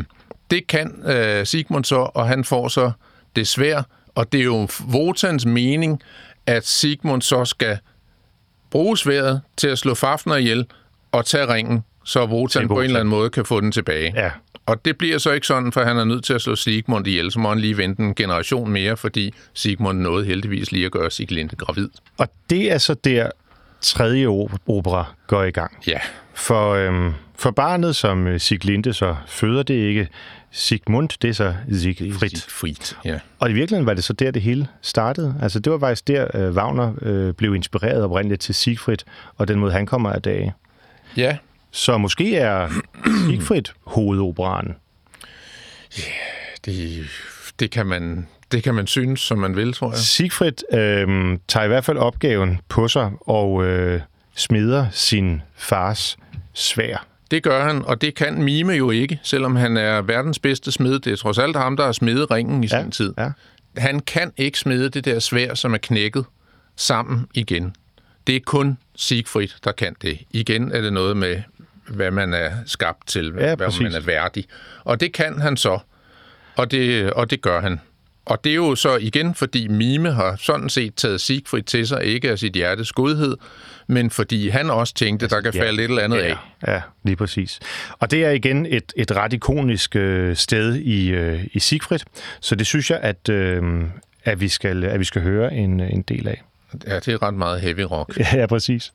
Det kan øh, Sigmund så, og han får så det sværd, og det er jo Wotans mening, at Sigmund så skal bruge sværdet til at slå Fafner ihjel og tage ringen, så Wotan på en eller anden måde kan få den tilbage. Ja. Og det bliver så ikke sådan, for han er nødt til at slå Sigmund ihjel, så må han lige vente en generation mere, fordi Sigmund nåede heldigvis lige at gøre Sieglinde gravid. Og det er så der tredje opera går i gang. Ja. For, øhm, for barnet, som Sieglinde så føder, det ikke Sigmund, det er så Siegfried. Siegfried, ja. Og i virkeligheden var det så der, det hele startede. Altså det var faktisk der, øh, Wagner øh, blev inspireret oprindeligt til Siegfried, og den måde, han kommer af dage. Ja. Så måske er Siegfried hovedoperaen. Ja, det, det, kan man, det kan man synes, som man vil, tror jeg. Siegfried øh, tager i hvert fald opgaven på sig og øh, smider sin fars sværd. Det gør han, og det kan Mime jo ikke, selvom han er verdens bedste smed. Det er trods alt ham, der har smedet ringen i ja, sin tid. Ja. Han kan ikke smede det der sværd, som er knækket, sammen igen. Det er kun Siegfried, der kan det. Igen er det noget med, hvad man er skabt til, ja, hvad præcis. man er værdig. Og det kan han så, og det, og det gør han. Og det er jo så igen, fordi Mime har sådan set taget Siegfried til sig, ikke af sit hjertes godhed, men fordi han også tænkte, der kan falde ja, et eller andet ja, af. Ja, lige præcis. Og det er igen et, et ret ikonisk øh, sted i, øh, i Siegfried, så det synes jeg, at, øh, at, vi, skal, at vi skal høre en, en del af. Ja, det er ret meget heavy rock. Ja, præcis.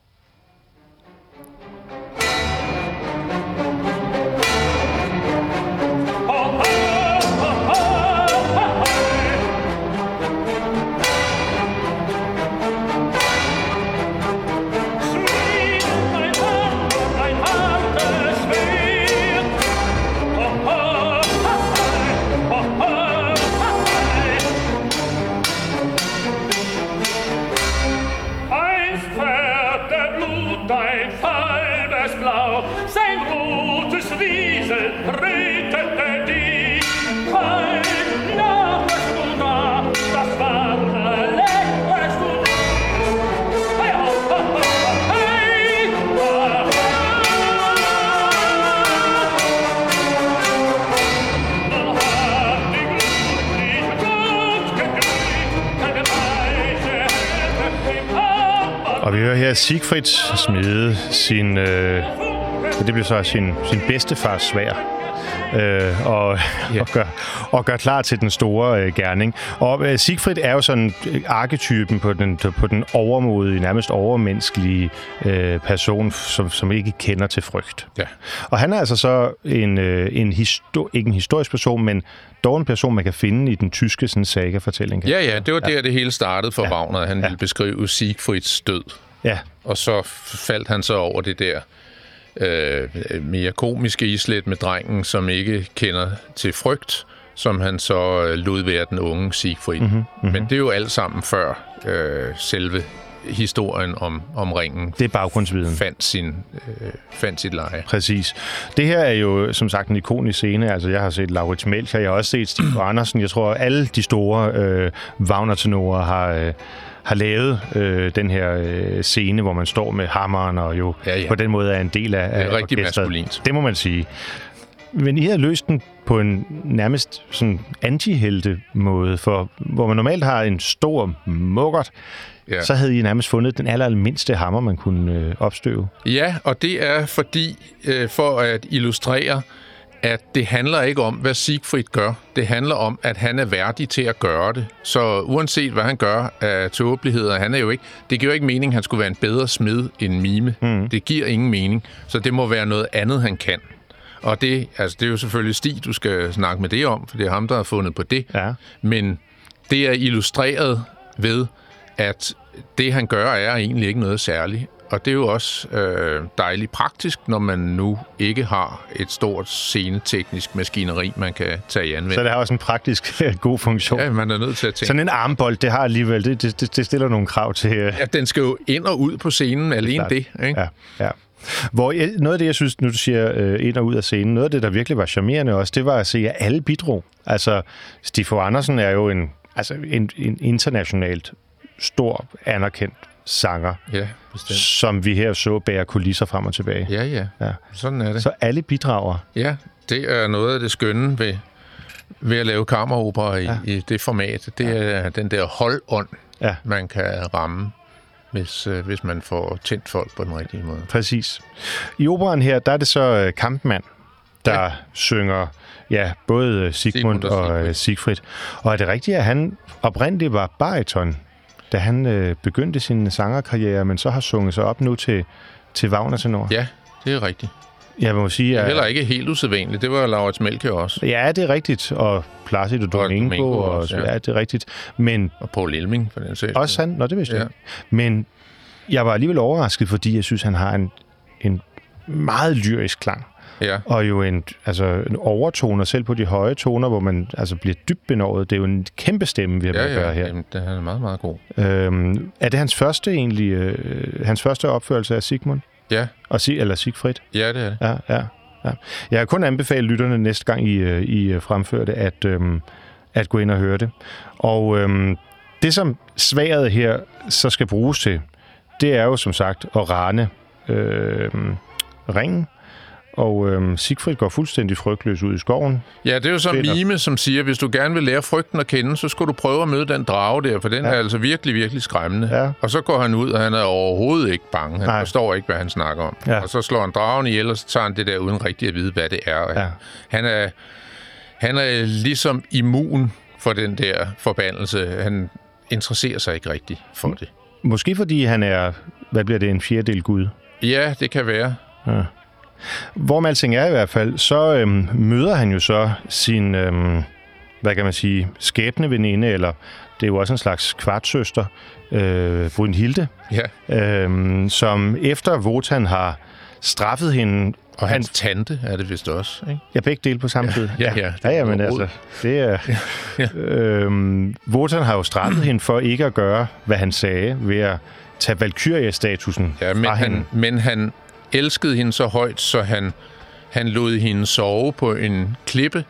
Og vi hører her Siegfried smide sin, øh, det bliver så sin, sin bedstefars sværd, øh, og, yeah. og, gør, og gør klar til den store øh, gerning. Og øh, Siegfried er jo sådan arketypen på den, på den overmodige, nærmest overmenneskelige øh, person, som, som ikke kender til frygt. Ja. Og han er altså så en, øh, en histo- ikke en historisk person, men dog en person, man kan finde i den tyske sådan, saga-fortælling. Ja, ja, det var ja. der, det hele startede for ja. Wagner. Han ja. ville beskrive Siegfrieds død. Ja. Og så faldt han så over det der øh, mere komiske islet med drengen, som ikke kender til frygt, som han så øh, lod være den unge Siegfried. Mm-hmm, mm-hmm. Men det er jo alt sammen før øh, selve historien om, om ringen. Det er baggrundsviden. Fandt, sin, øh, fandt sit leje. Præcis. Det her er jo som sagt en ikonisk scene. Altså, jeg har set Laurits Melchior, jeg har også set Stig Andersen. Jeg tror, alle de store øh, Wagner-tenorer har... Øh, har lavet øh, den her øh, scene, hvor man står med hammeren og jo ja, ja. på den måde er en del af, af det er rigtig maskulint. Det må man sige. Men I har løst den på en nærmest sådan anti-helte måde, for hvor man normalt har en stor muggert, ja. så havde I nærmest fundet den allermindste hammer, man kunne øh, opstøve. Ja, og det er fordi, øh, for at illustrere, at det handler ikke om, hvad Siegfried gør. Det handler om, at han er værdig til at gøre det. Så uanset hvad han gør af tåbeligheder, han er jo ikke, det giver jo ikke mening, at han skulle være en bedre smed end Mime. Mm. Det giver ingen mening. Så det må være noget andet, han kan. Og det, altså, det er jo selvfølgelig Stig, du skal snakke med det om, for det er ham, der har fundet på det. Ja. Men det er illustreret ved, at det, han gør, er egentlig ikke noget særligt. Og det er jo også øh, dejligt praktisk, når man nu ikke har et stort sceneteknisk maskineri, man kan tage i anvendelse. Så det har også en praktisk god funktion. Ja, man er nødt til at tænke. Sådan en armbold, det har alligevel, det, det, det stiller nogle krav til... Øh... Ja, den skal jo ind og ud på scenen, alene det. Ikke? Ja, ja. Hvor jeg, noget af det, jeg synes, nu du siger øh, ind og ud af scenen, noget af det, der virkelig var charmerende også, det var at se, at alle bidrog. Altså, Stig Fogh Andersen er jo en, altså en, en internationalt stor, anerkendt sanger, ja, bestemt. Som vi her så bærer kulisser frem og tilbage. Ja, ja, ja. Sådan er det. Så alle bidrager. Ja, det er noget af det skønne ved, ved at lave kammeropera i, ja. i det format. Det er ja. den der holdånd, ja. man kan ramme, hvis, øh, hvis man får tændt folk på den rigtige måde. Præcis. I operaen her, der er det så Kampmann, der ja. synger ja, både Sigmund, Sigmund og, og Siegfried. Siegfried. Og er det rigtigt, at han oprindeligt var bariton, da han øh, begyndte sin sangerkarriere, men så har sunget sig op nu til, til Wagner-tenor? Ja, det er rigtigt. Jeg må sige, det er heller ikke helt usædvanligt. Det var Laurits Melchior også. Ja, det er rigtigt. Og Plácido Domingo. Og, også, ja. ja, det er rigtigt. Men, og Poul Elming, for den sags. Også han? Nå, det vidste ja. jeg. Men jeg var alligevel overrasket, fordi jeg synes, han har en, en meget lyrisk klang. Ja. Og jo en, altså, en overtoner, selv på de høje toner, hvor man altså, bliver dybt benådet. Det er jo en kæmpe stemme, vi har ja, med at gøre her. Ja, det er meget, meget god. Øhm, er det hans første egentlig, øh, hans første opførelse af Sigmund? Ja. Og sig, eller Siegfried? Ja, det er det. Ja, ja, ja. Jeg har kun anbefalet lytterne næste gang, I, I fremfører det, at, øhm, at gå ind og høre det. Og øhm, det, som sværet her så skal bruges til, det er jo som sagt at rane øhm, ringen. Og øhm, Siegfried går fuldstændig frygtløs ud i skoven. Ja, det er jo så en mime, som siger, hvis du gerne vil lære frygten at kende, så skal du prøve at møde den drage der, for den ja. er altså virkelig, virkelig skræmmende. Ja. Og så går han ud, og han er overhovedet ikke bange. Han Nej. forstår ikke, hvad han snakker om. Ja. Og så slår han dragen ihjel, og så tager han det der uden rigtig at vide, hvad det er. Ja. Han er, han er ligesom immun for den der forbandelse. Han interesserer sig ikke rigtig for det. Måske fordi han er, hvad bliver det, en fjerdedel gud? Ja, det kan være. Ja. Hvor med alting er i hvert fald, så øhm, møder han jo så sin, øhm, hvad kan man sige, skæbne veninde, eller det er jo også en slags kvartsøster, øh, Brynhilde, ja. øhm, som efter Wotan har straffet hende. Og hans tante er det vist også, ikke? Ja, begge dele på samme tid. Ja, ja. ja, ja, ja men altså, det er... ja. øhm, Wotan har jo straffet hende for ikke at gøre, hvad han sagde, ved at tage Valkyrie-statusen ja, men fra han, hende. Men han elskede hende så højt, så han, han lod hende sove på en klippe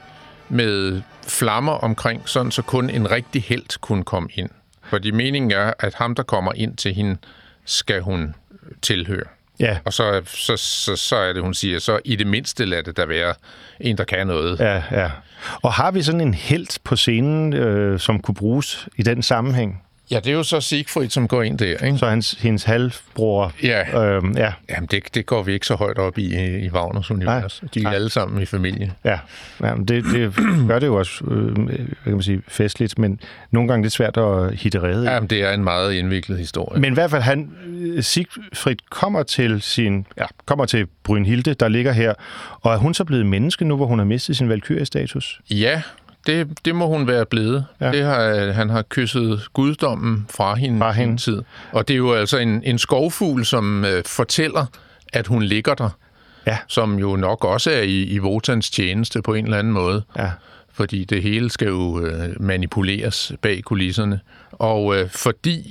med flammer omkring, sådan så kun en rigtig helt kunne komme ind. Fordi meningen er, at ham, der kommer ind til hende, skal hun tilhøre. Ja. Og så, så, så, så er det, hun siger, så i det mindste lad det der være en, der kan noget. Ja, ja. Og har vi sådan en helt på scenen, øh, som kunne bruges i den sammenhæng? Ja, det er jo så Siegfried, som går ind der, ikke? Så hans, hendes halvbror... Ja, øhm, ja. Jamen, det, det går vi ikke så højt op i, i Wagners univers. De er Nej. alle sammen i familie. Ja, Jamen, det, det gør det jo også, øh, hvad kan man sige, festligt, men nogle gange det er svært at hitte rede. Jamen, det er en meget indviklet historie. Men i hvert fald, han, Siegfried kommer til sin, ja, kommer til Brynhilde, der ligger her, og er hun så blevet menneske nu, hvor hun har mistet sin Valkyrie-status? Ja, Det, det må hun være blevet. Ja. Det har, han har kysset guddommen fra hende fra hende tid. Og det er jo altså en, en skovfugl, som øh, fortæller, at hun ligger der. Ja. Som jo nok også er i, i Wotans tjeneste på en eller anden måde. Ja. Fordi det hele skal jo øh, manipuleres bag kulisserne. Og øh, fordi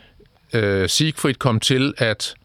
øh, Siegfried kom til at,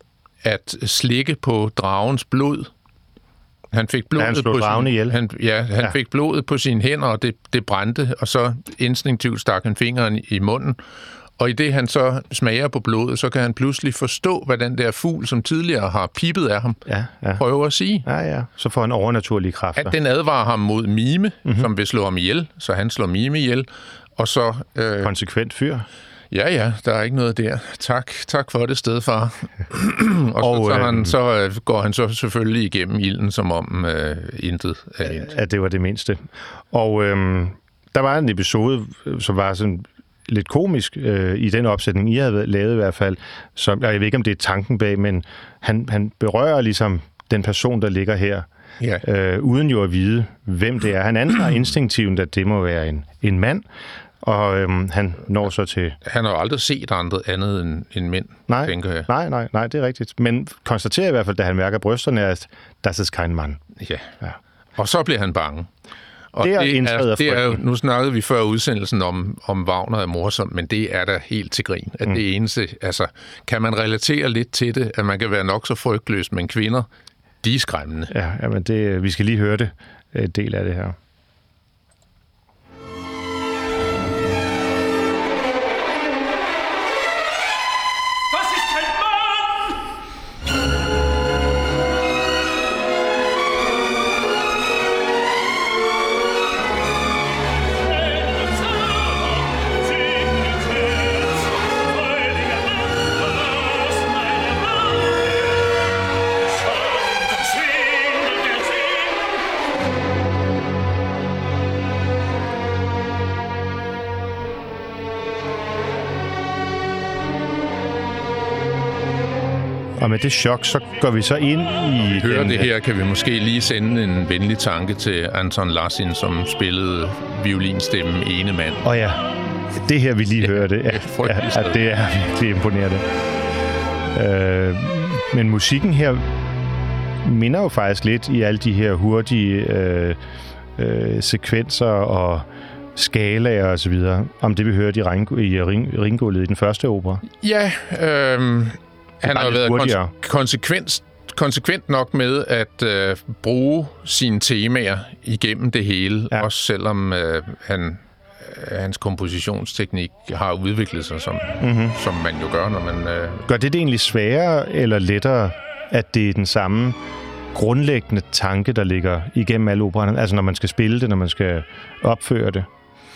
at slikke på dragens blod. Han fik blodet han på sin, ihjel. Han, ja, han ja. fik blodet på sine hænder, og det, det brændte, og så instinktivt stak han fingeren i munden. Og i det han så smager på blodet, så kan han pludselig forstå, hvad den der fugl, som tidligere har pipet af ham, ja, ja. prøver at sige. Ja, ja. Så får han overnaturlige kræfter. At den advarer ham mod Mime, mm-hmm. som vil slå ham ihjel, så han slår Mime ihjel. Og så... Øh, konsekvent fyr. Ja, ja, der er ikke noget der. Tak, tak for det, stedfar. og og så, så, han, så går han så selvfølgelig igennem ilden, som om øh, intet er endt. Ja, det var det mindste. Og øh, der var en episode, som var sådan lidt komisk øh, i den opsætning, I havde lavet i hvert fald. Som, jeg ved ikke, om det er tanken bag, men han, han berører ligesom den person, der ligger her, ja. øh, uden jo at vide, hvem det er. Han antager instinktivt, at det må være en, en mand, og øhm, han når så til... Han har jo aldrig set andre andet end, end mænd, nej, tænker jeg. Nej, nej, nej, det er rigtigt. Men konstaterer i hvert fald, da han mærker brysterne, at das ist kein Mann. Ja. ja. Og så bliver han bange. Og det er, det er, det er jo, nu snakkede vi før udsendelsen om, om Wagner er morsom, men det er da helt til grin. At mm. det eneste, altså, kan man relatere lidt til det, at man kan være nok så frygtløs, men kvinder, de er skræmmende. Ja, jamen det, vi skal lige høre det, en del af det her. og med det chok, så går vi så ind i... Hører den, det her, kan vi måske lige sende en venlig tanke til Anton Lassin, som spillede violinstemme ene mand. Og ja, det her, vi lige ja, hørte, ja, ja, ja, det er virkelig imponerende. Øh, men musikken her minder jo faktisk lidt i alle de her hurtige øh, øh, sekvenser og skalaer og så videre, om det vi hørte i, ring, i ring, ringgulvet i den første opera. Ja, øh, han har været konse- konsekvent, konsekvent nok med at øh, bruge sine temaer igennem det hele, ja. Også selvom øh, han, øh, hans kompositionsteknik har udviklet sig, som, mm-hmm. som man jo gør, når man... Øh... Gør det det egentlig sværere eller lettere, at det er den samme grundlæggende tanke, der ligger igennem alle operaerne? Altså når man skal spille det, når man skal opføre det?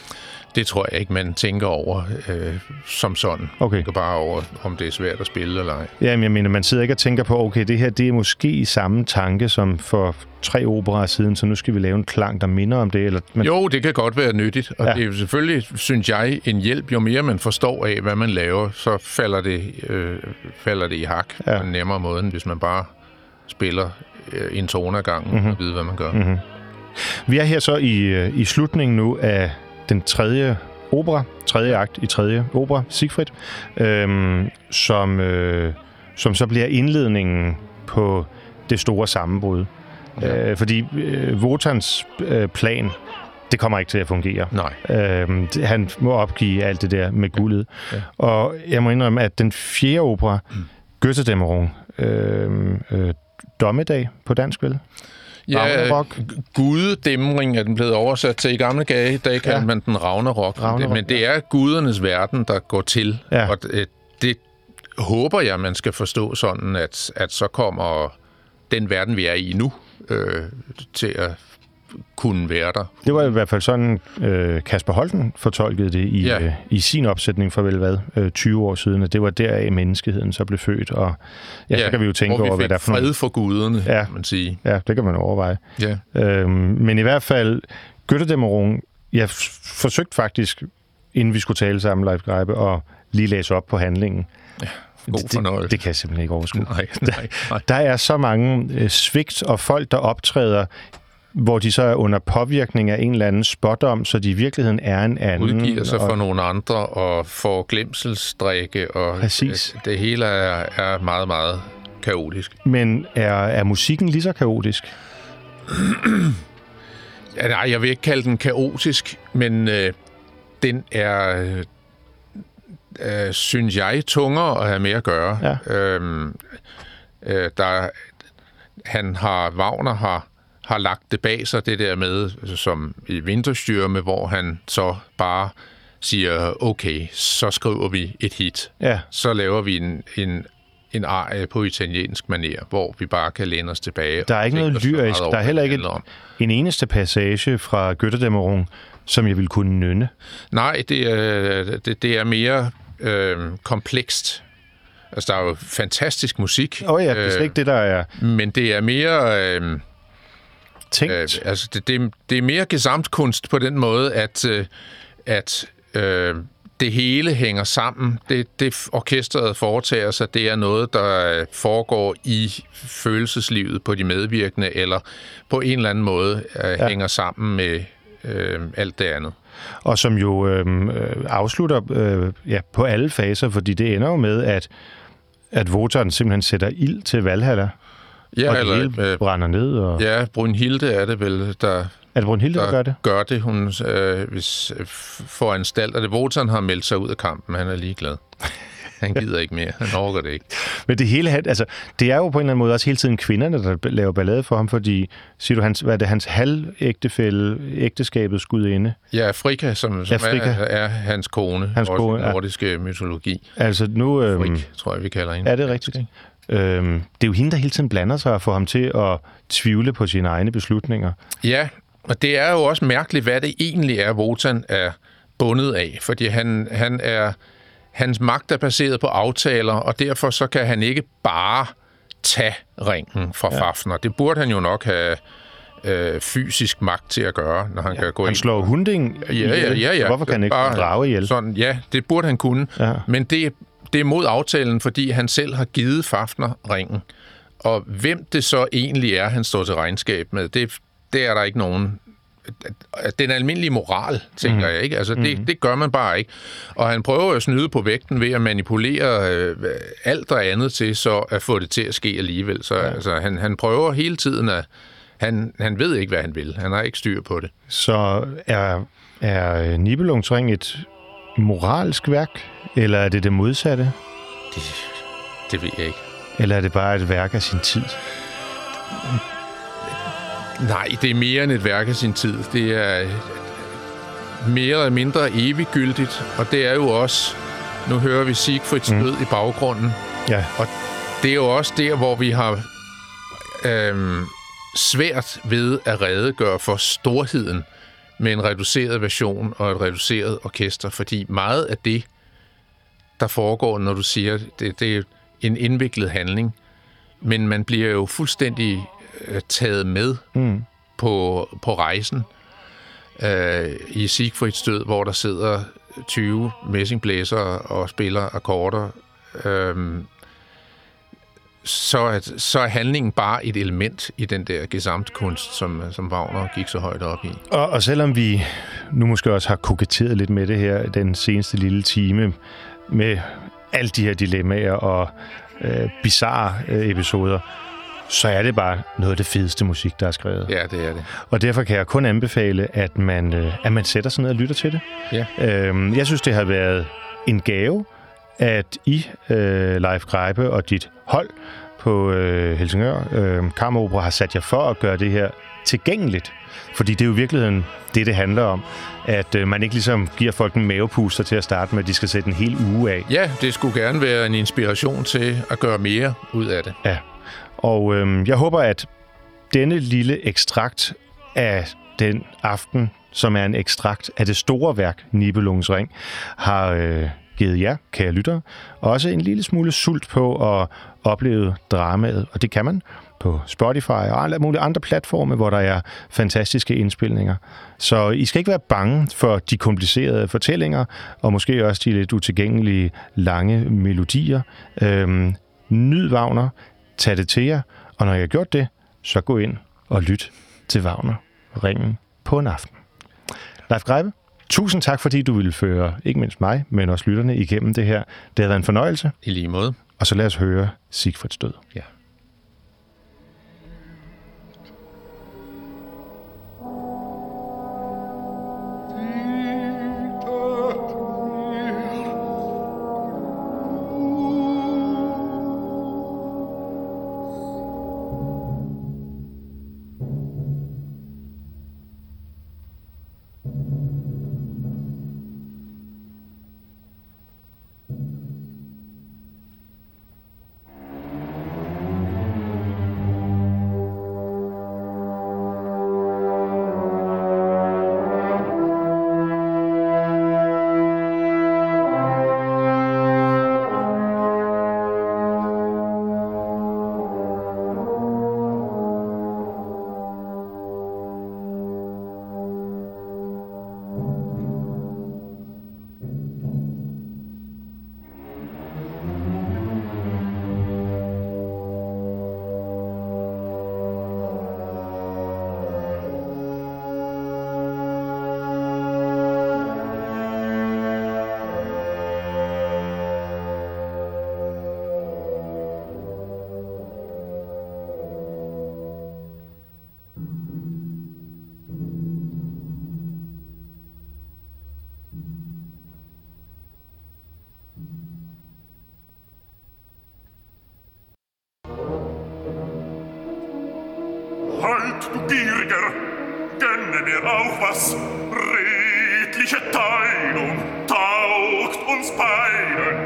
Det tror jeg ikke, man tænker over øh, som sådan. Okay. Det går bare over, om det er svært at spille eller ej. Jamen, jeg mener, man sidder ikke og tænker på, okay, det her, det er måske i samme tanke som for tre operaer siden, så nu skal vi lave en klang, der minder om det. Eller, man... Jo, det kan godt være nyttigt, og ja. Det er selvfølgelig, synes jeg, en hjælp. Jo mere man forstår af, hvad man laver, så falder det, øh, falder det i hak ja. På en nemmere måde, end hvis man bare spiller øh, en tone ad gangen mm-hmm. og ved, hvad man gør. Mm-hmm. Vi er her så i, i slutningen nu af den tredje opera, tredje akt i tredje opera, Siegfried, øhm, som, øh, som så bliver indledningen på det store sammenbrud. Ja. Øh, fordi øh, Wotans øh, plan, det kommer ikke til at fungere. Nej. Øhm, han må opgive alt det der med guldet. Ja. Ja. Og jeg må indrømme, at den fjerde opera, mm. Götterdämmerung, øh, øh, Dommedag på dansk, vel? Ja, gudedæmring er den blevet oversat til. I gamle dage, der kaldte ja. Man den Ragnarok. Ragnarok. Men det er gudernes verden, der går til. Ja. Og det, det håber jeg, man skal forstå sådan, at, at så kommer den verden, vi er i nu, øh, til at kunne være der. Det var i hvert fald sådan, øh, Kasper Holten fortolkede det i, ja. øh, i sin opsætning for vel hvad, øh, tyve år siden, at det var der, menneskeheden så blev født, og ja, ja, så kan vi jo tænke over, hvad der er for fred for guderne, ja, kan man sige. Ja, det kan man overveje. Ja. Øhm, men i hvert fald, Götterdämmerung, jeg f- forsøgte faktisk, inden vi skulle tale sammen, Leif Greibe, og lige læse op på handlingen. Ja. God fornøjelse. Det, det kan jeg simpelthen ikke overskue. Nej, nej, nej. Der, der er så mange øh, svigt og folk, der optræder, hvor de så er under påvirkning af en eller anden spådom, så de i virkeligheden er en anden. Udgiver sig og... for nogle andre og får glemselsdrikke, og præcis. Det hele er, er meget, meget kaotisk. Men er, er musikken lige så kaotisk? Ja, nej, jeg vil ikke kalde den kaotisk, men øh, den er, øh, synes jeg, tungere at have med at gøre. Ja. Øhm, øh, der, han har, Wagner har har lagt det bag sig, det der med, som i Vinterstürme, hvor han så bare siger, okay, så skriver vi et hit. Ja. Så laver vi en, en, en arie på italiensk manér, hvor vi bare kan læne os tilbage. Der er ikke noget lyrisk. Der er heller ikke et, en eneste passage fra Götterdämmerung, som jeg vil kunne nynne. Nej, det er, det, det er mere øh, komplekst. Altså, der er jo fantastisk musik. Åh oh ja, det er slet ikke det, der er... Men det er mere... Øh, tænkt. Øh, altså, det, det, det er mere gesamtkunst på den måde, at, øh, at øh, det hele hænger sammen. Det, det orkestret foretager sig, det er noget, der foregår i følelseslivet på de medvirkende, eller på en eller anden måde øh, ja. hænger sammen med øh, alt det andet. Og som jo øh, afslutter øh, ja, på alle faser, fordi det ender jo med, at, at Wotan simpelthen sætter ild til Valhalla. Ja, og eller, det hele brænder ned. Og... Ja, Brunhilde er det vel, der, er det Brunhilde, der, der gør det? gør det. Hun øh, hvis, foranstalter det. Wotan har meldt sig ud af kampen. Han er ligeglad. Han gider ikke mere. Han overgår det ikke. Men det hele, altså, det er jo på en eller anden måde også hele tiden kvinderne, der laver ballade for ham, fordi, siger du, hans, hvad er det, hans halvægtefælle, ægteskabets gudinde? Ja, Frigga, som, som Frigga. Er, er hans kone. Hans kone, ja. Nordiske mytologi. Altså nu... Øhm, Frigg, tror jeg, vi kalder hende. Er det rigtigt? Øhm, det er jo hende, der hele tiden blander sig og får ham til at tvivle på sine egne beslutninger. Ja, og det er jo også mærkeligt, hvad det egentlig er, Wotan er bundet af, fordi han, han er... Hans magt er baseret på aftaler, og derfor så kan han ikke bare tage ringen fra ja. Fafner. Det burde han jo nok have øh, fysisk magt til at gøre, når han ja, kan gå han ind. Han slår Hunding ja, ja, ja, ja. Hvorfor kan han ikke bare drage ihjel? Sådan, ja, det burde han kunne. Ja. Men det, det er mod aftalen, fordi han selv har givet Fafner ringen. Og hvem det så egentlig er, han står til regnskab med, det, det er der ikke nogen... Den almindelige moral, tænker mm. jeg, ikke? Altså, det, mm. det gør man bare ikke. Og han prøver at snyde på vægten ved at manipulere øh, alt og andet til, så at få det til at ske alligevel. Så ja. altså, han, han prøver hele tiden at... Han, han ved ikke, hvad han vil. Han har ikke styr på det. Så er, er Nibelungsring et moralsk værk, eller er det det modsatte? Det, det ved jeg ikke. Eller er det bare et værk af sin tid? Nej, det er mere end et værk af sin tid. Det er mere eller mindre eviggyldigt, og det er jo også... Nu hører vi Siegfrieds død mm. i baggrunden. Ja. Og det er jo også der, hvor vi har øhm, svært ved at redegøre for storheden med en reduceret version og et reduceret orkester, fordi meget af det, der foregår, når du siger, det, det er en indviklet handling, men man bliver jo fuldstændig øh, taget med mm. på, på rejsen øh, i Siegfrieds død, hvor der sidder tyve messingblæsere og spiller akkorder. Øh, så, at, så er handlingen bare et element i den der gesamtkunst, som, som Wagner gik så højt op i. Og, og selvom vi nu måske også har koketteret lidt med det her, den seneste lille time, med alle de her dilemmaer og øh, bizarre øh, episoder, så er det bare noget af det fedeste musik, der er skrevet. Ja, det er det. Og derfor kan jeg kun anbefale, at man, øh, at man sætter sig ned og lytter til det. Ja. Øhm, jeg synes, det har været en gave, at I, øh, Leif Greibe og dit hold på øh, Helsingør øh, Kammeropera har sat jer for at gøre det her tilgængeligt. Fordi det er jo i virkeligheden det, det handler om. At øh, man ikke ligesom giver folk en mavepuster til at starte med, at de skal sætte en hel uge af. Ja, det skulle gerne være en inspiration til at gøre mere ud af det. Ja, og øh, jeg håber, at denne lille ekstrakt af den aften, som er en ekstrakt af det store værk, Nibelungens Ring, har øh, givet jer, kære lyttere, også en lille smule sult på at opleve dramaet. Og det kan man på Spotify og alle mulige andre platforme, hvor der er fantastiske indspilninger. Så I skal ikke være bange for de komplicerede fortællinger, og måske også de lidt utilgængelige lange melodier. Øhm, nyd Wagner, tag det til jer, og når jeg har gjort det, så gå ind og lyt til Wagner Ringen på en aften. Leif Greibe, tusind tak, fordi du ville føre ikke mindst mig, men også lytterne igennem det her. Det har været en fornøjelse. I lige måde. Og så lad os høre Siegfrieds død. Ja. Halt, du Gieriger, gönne mir auch was. Redliche Teilung taugt uns beiden.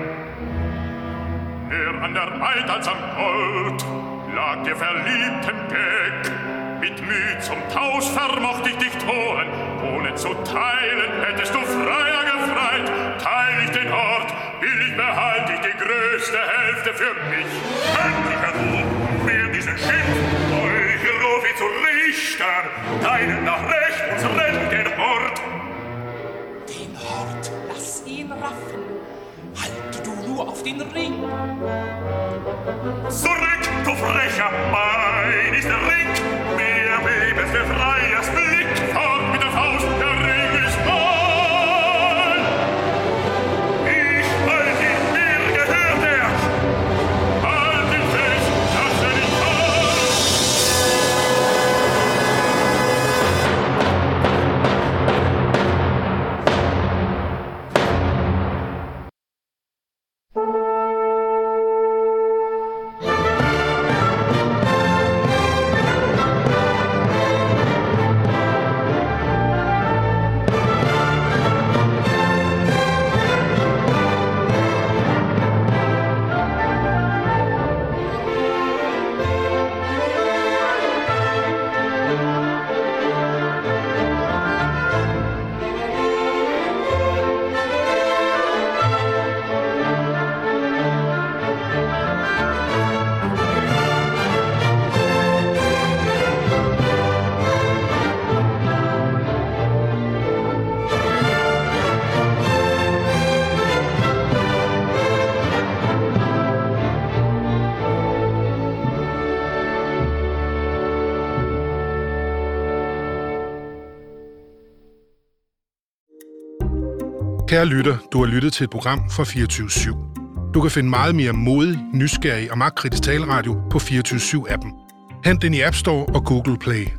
Näher an der Maid als am Gold lag der verliebten Geck. Mit Mühe zum Tausch vermocht ich dich holen. Ohne zu teilen hättest du freier gefreit. Teil ich den Ort, billig behalte ich die größte Hälfte für mich. Endlicher Ruhm, wer diesen Schimpf euch ruf ich zu Richtern. Teilen nach Recht uns rettet den Hort. Den Hort, lass ihn raffen. Halte du nur auf den Ring. Zurück, du frecher, mein ist der Ring. Mir bebes der Freiers Blick. Fort mit der Faust, der Ring ist mein. Ich halt ihn, mir gehört er. Halt ihn fest, dass er nicht Kære lytter, du har lyttet til et program fra fireogtyve syv. Du kan finde meget mere modig, nysgerrig og magtkritisk taleradio på fireogtyve syv appen. Hent den i App Store og Google Play.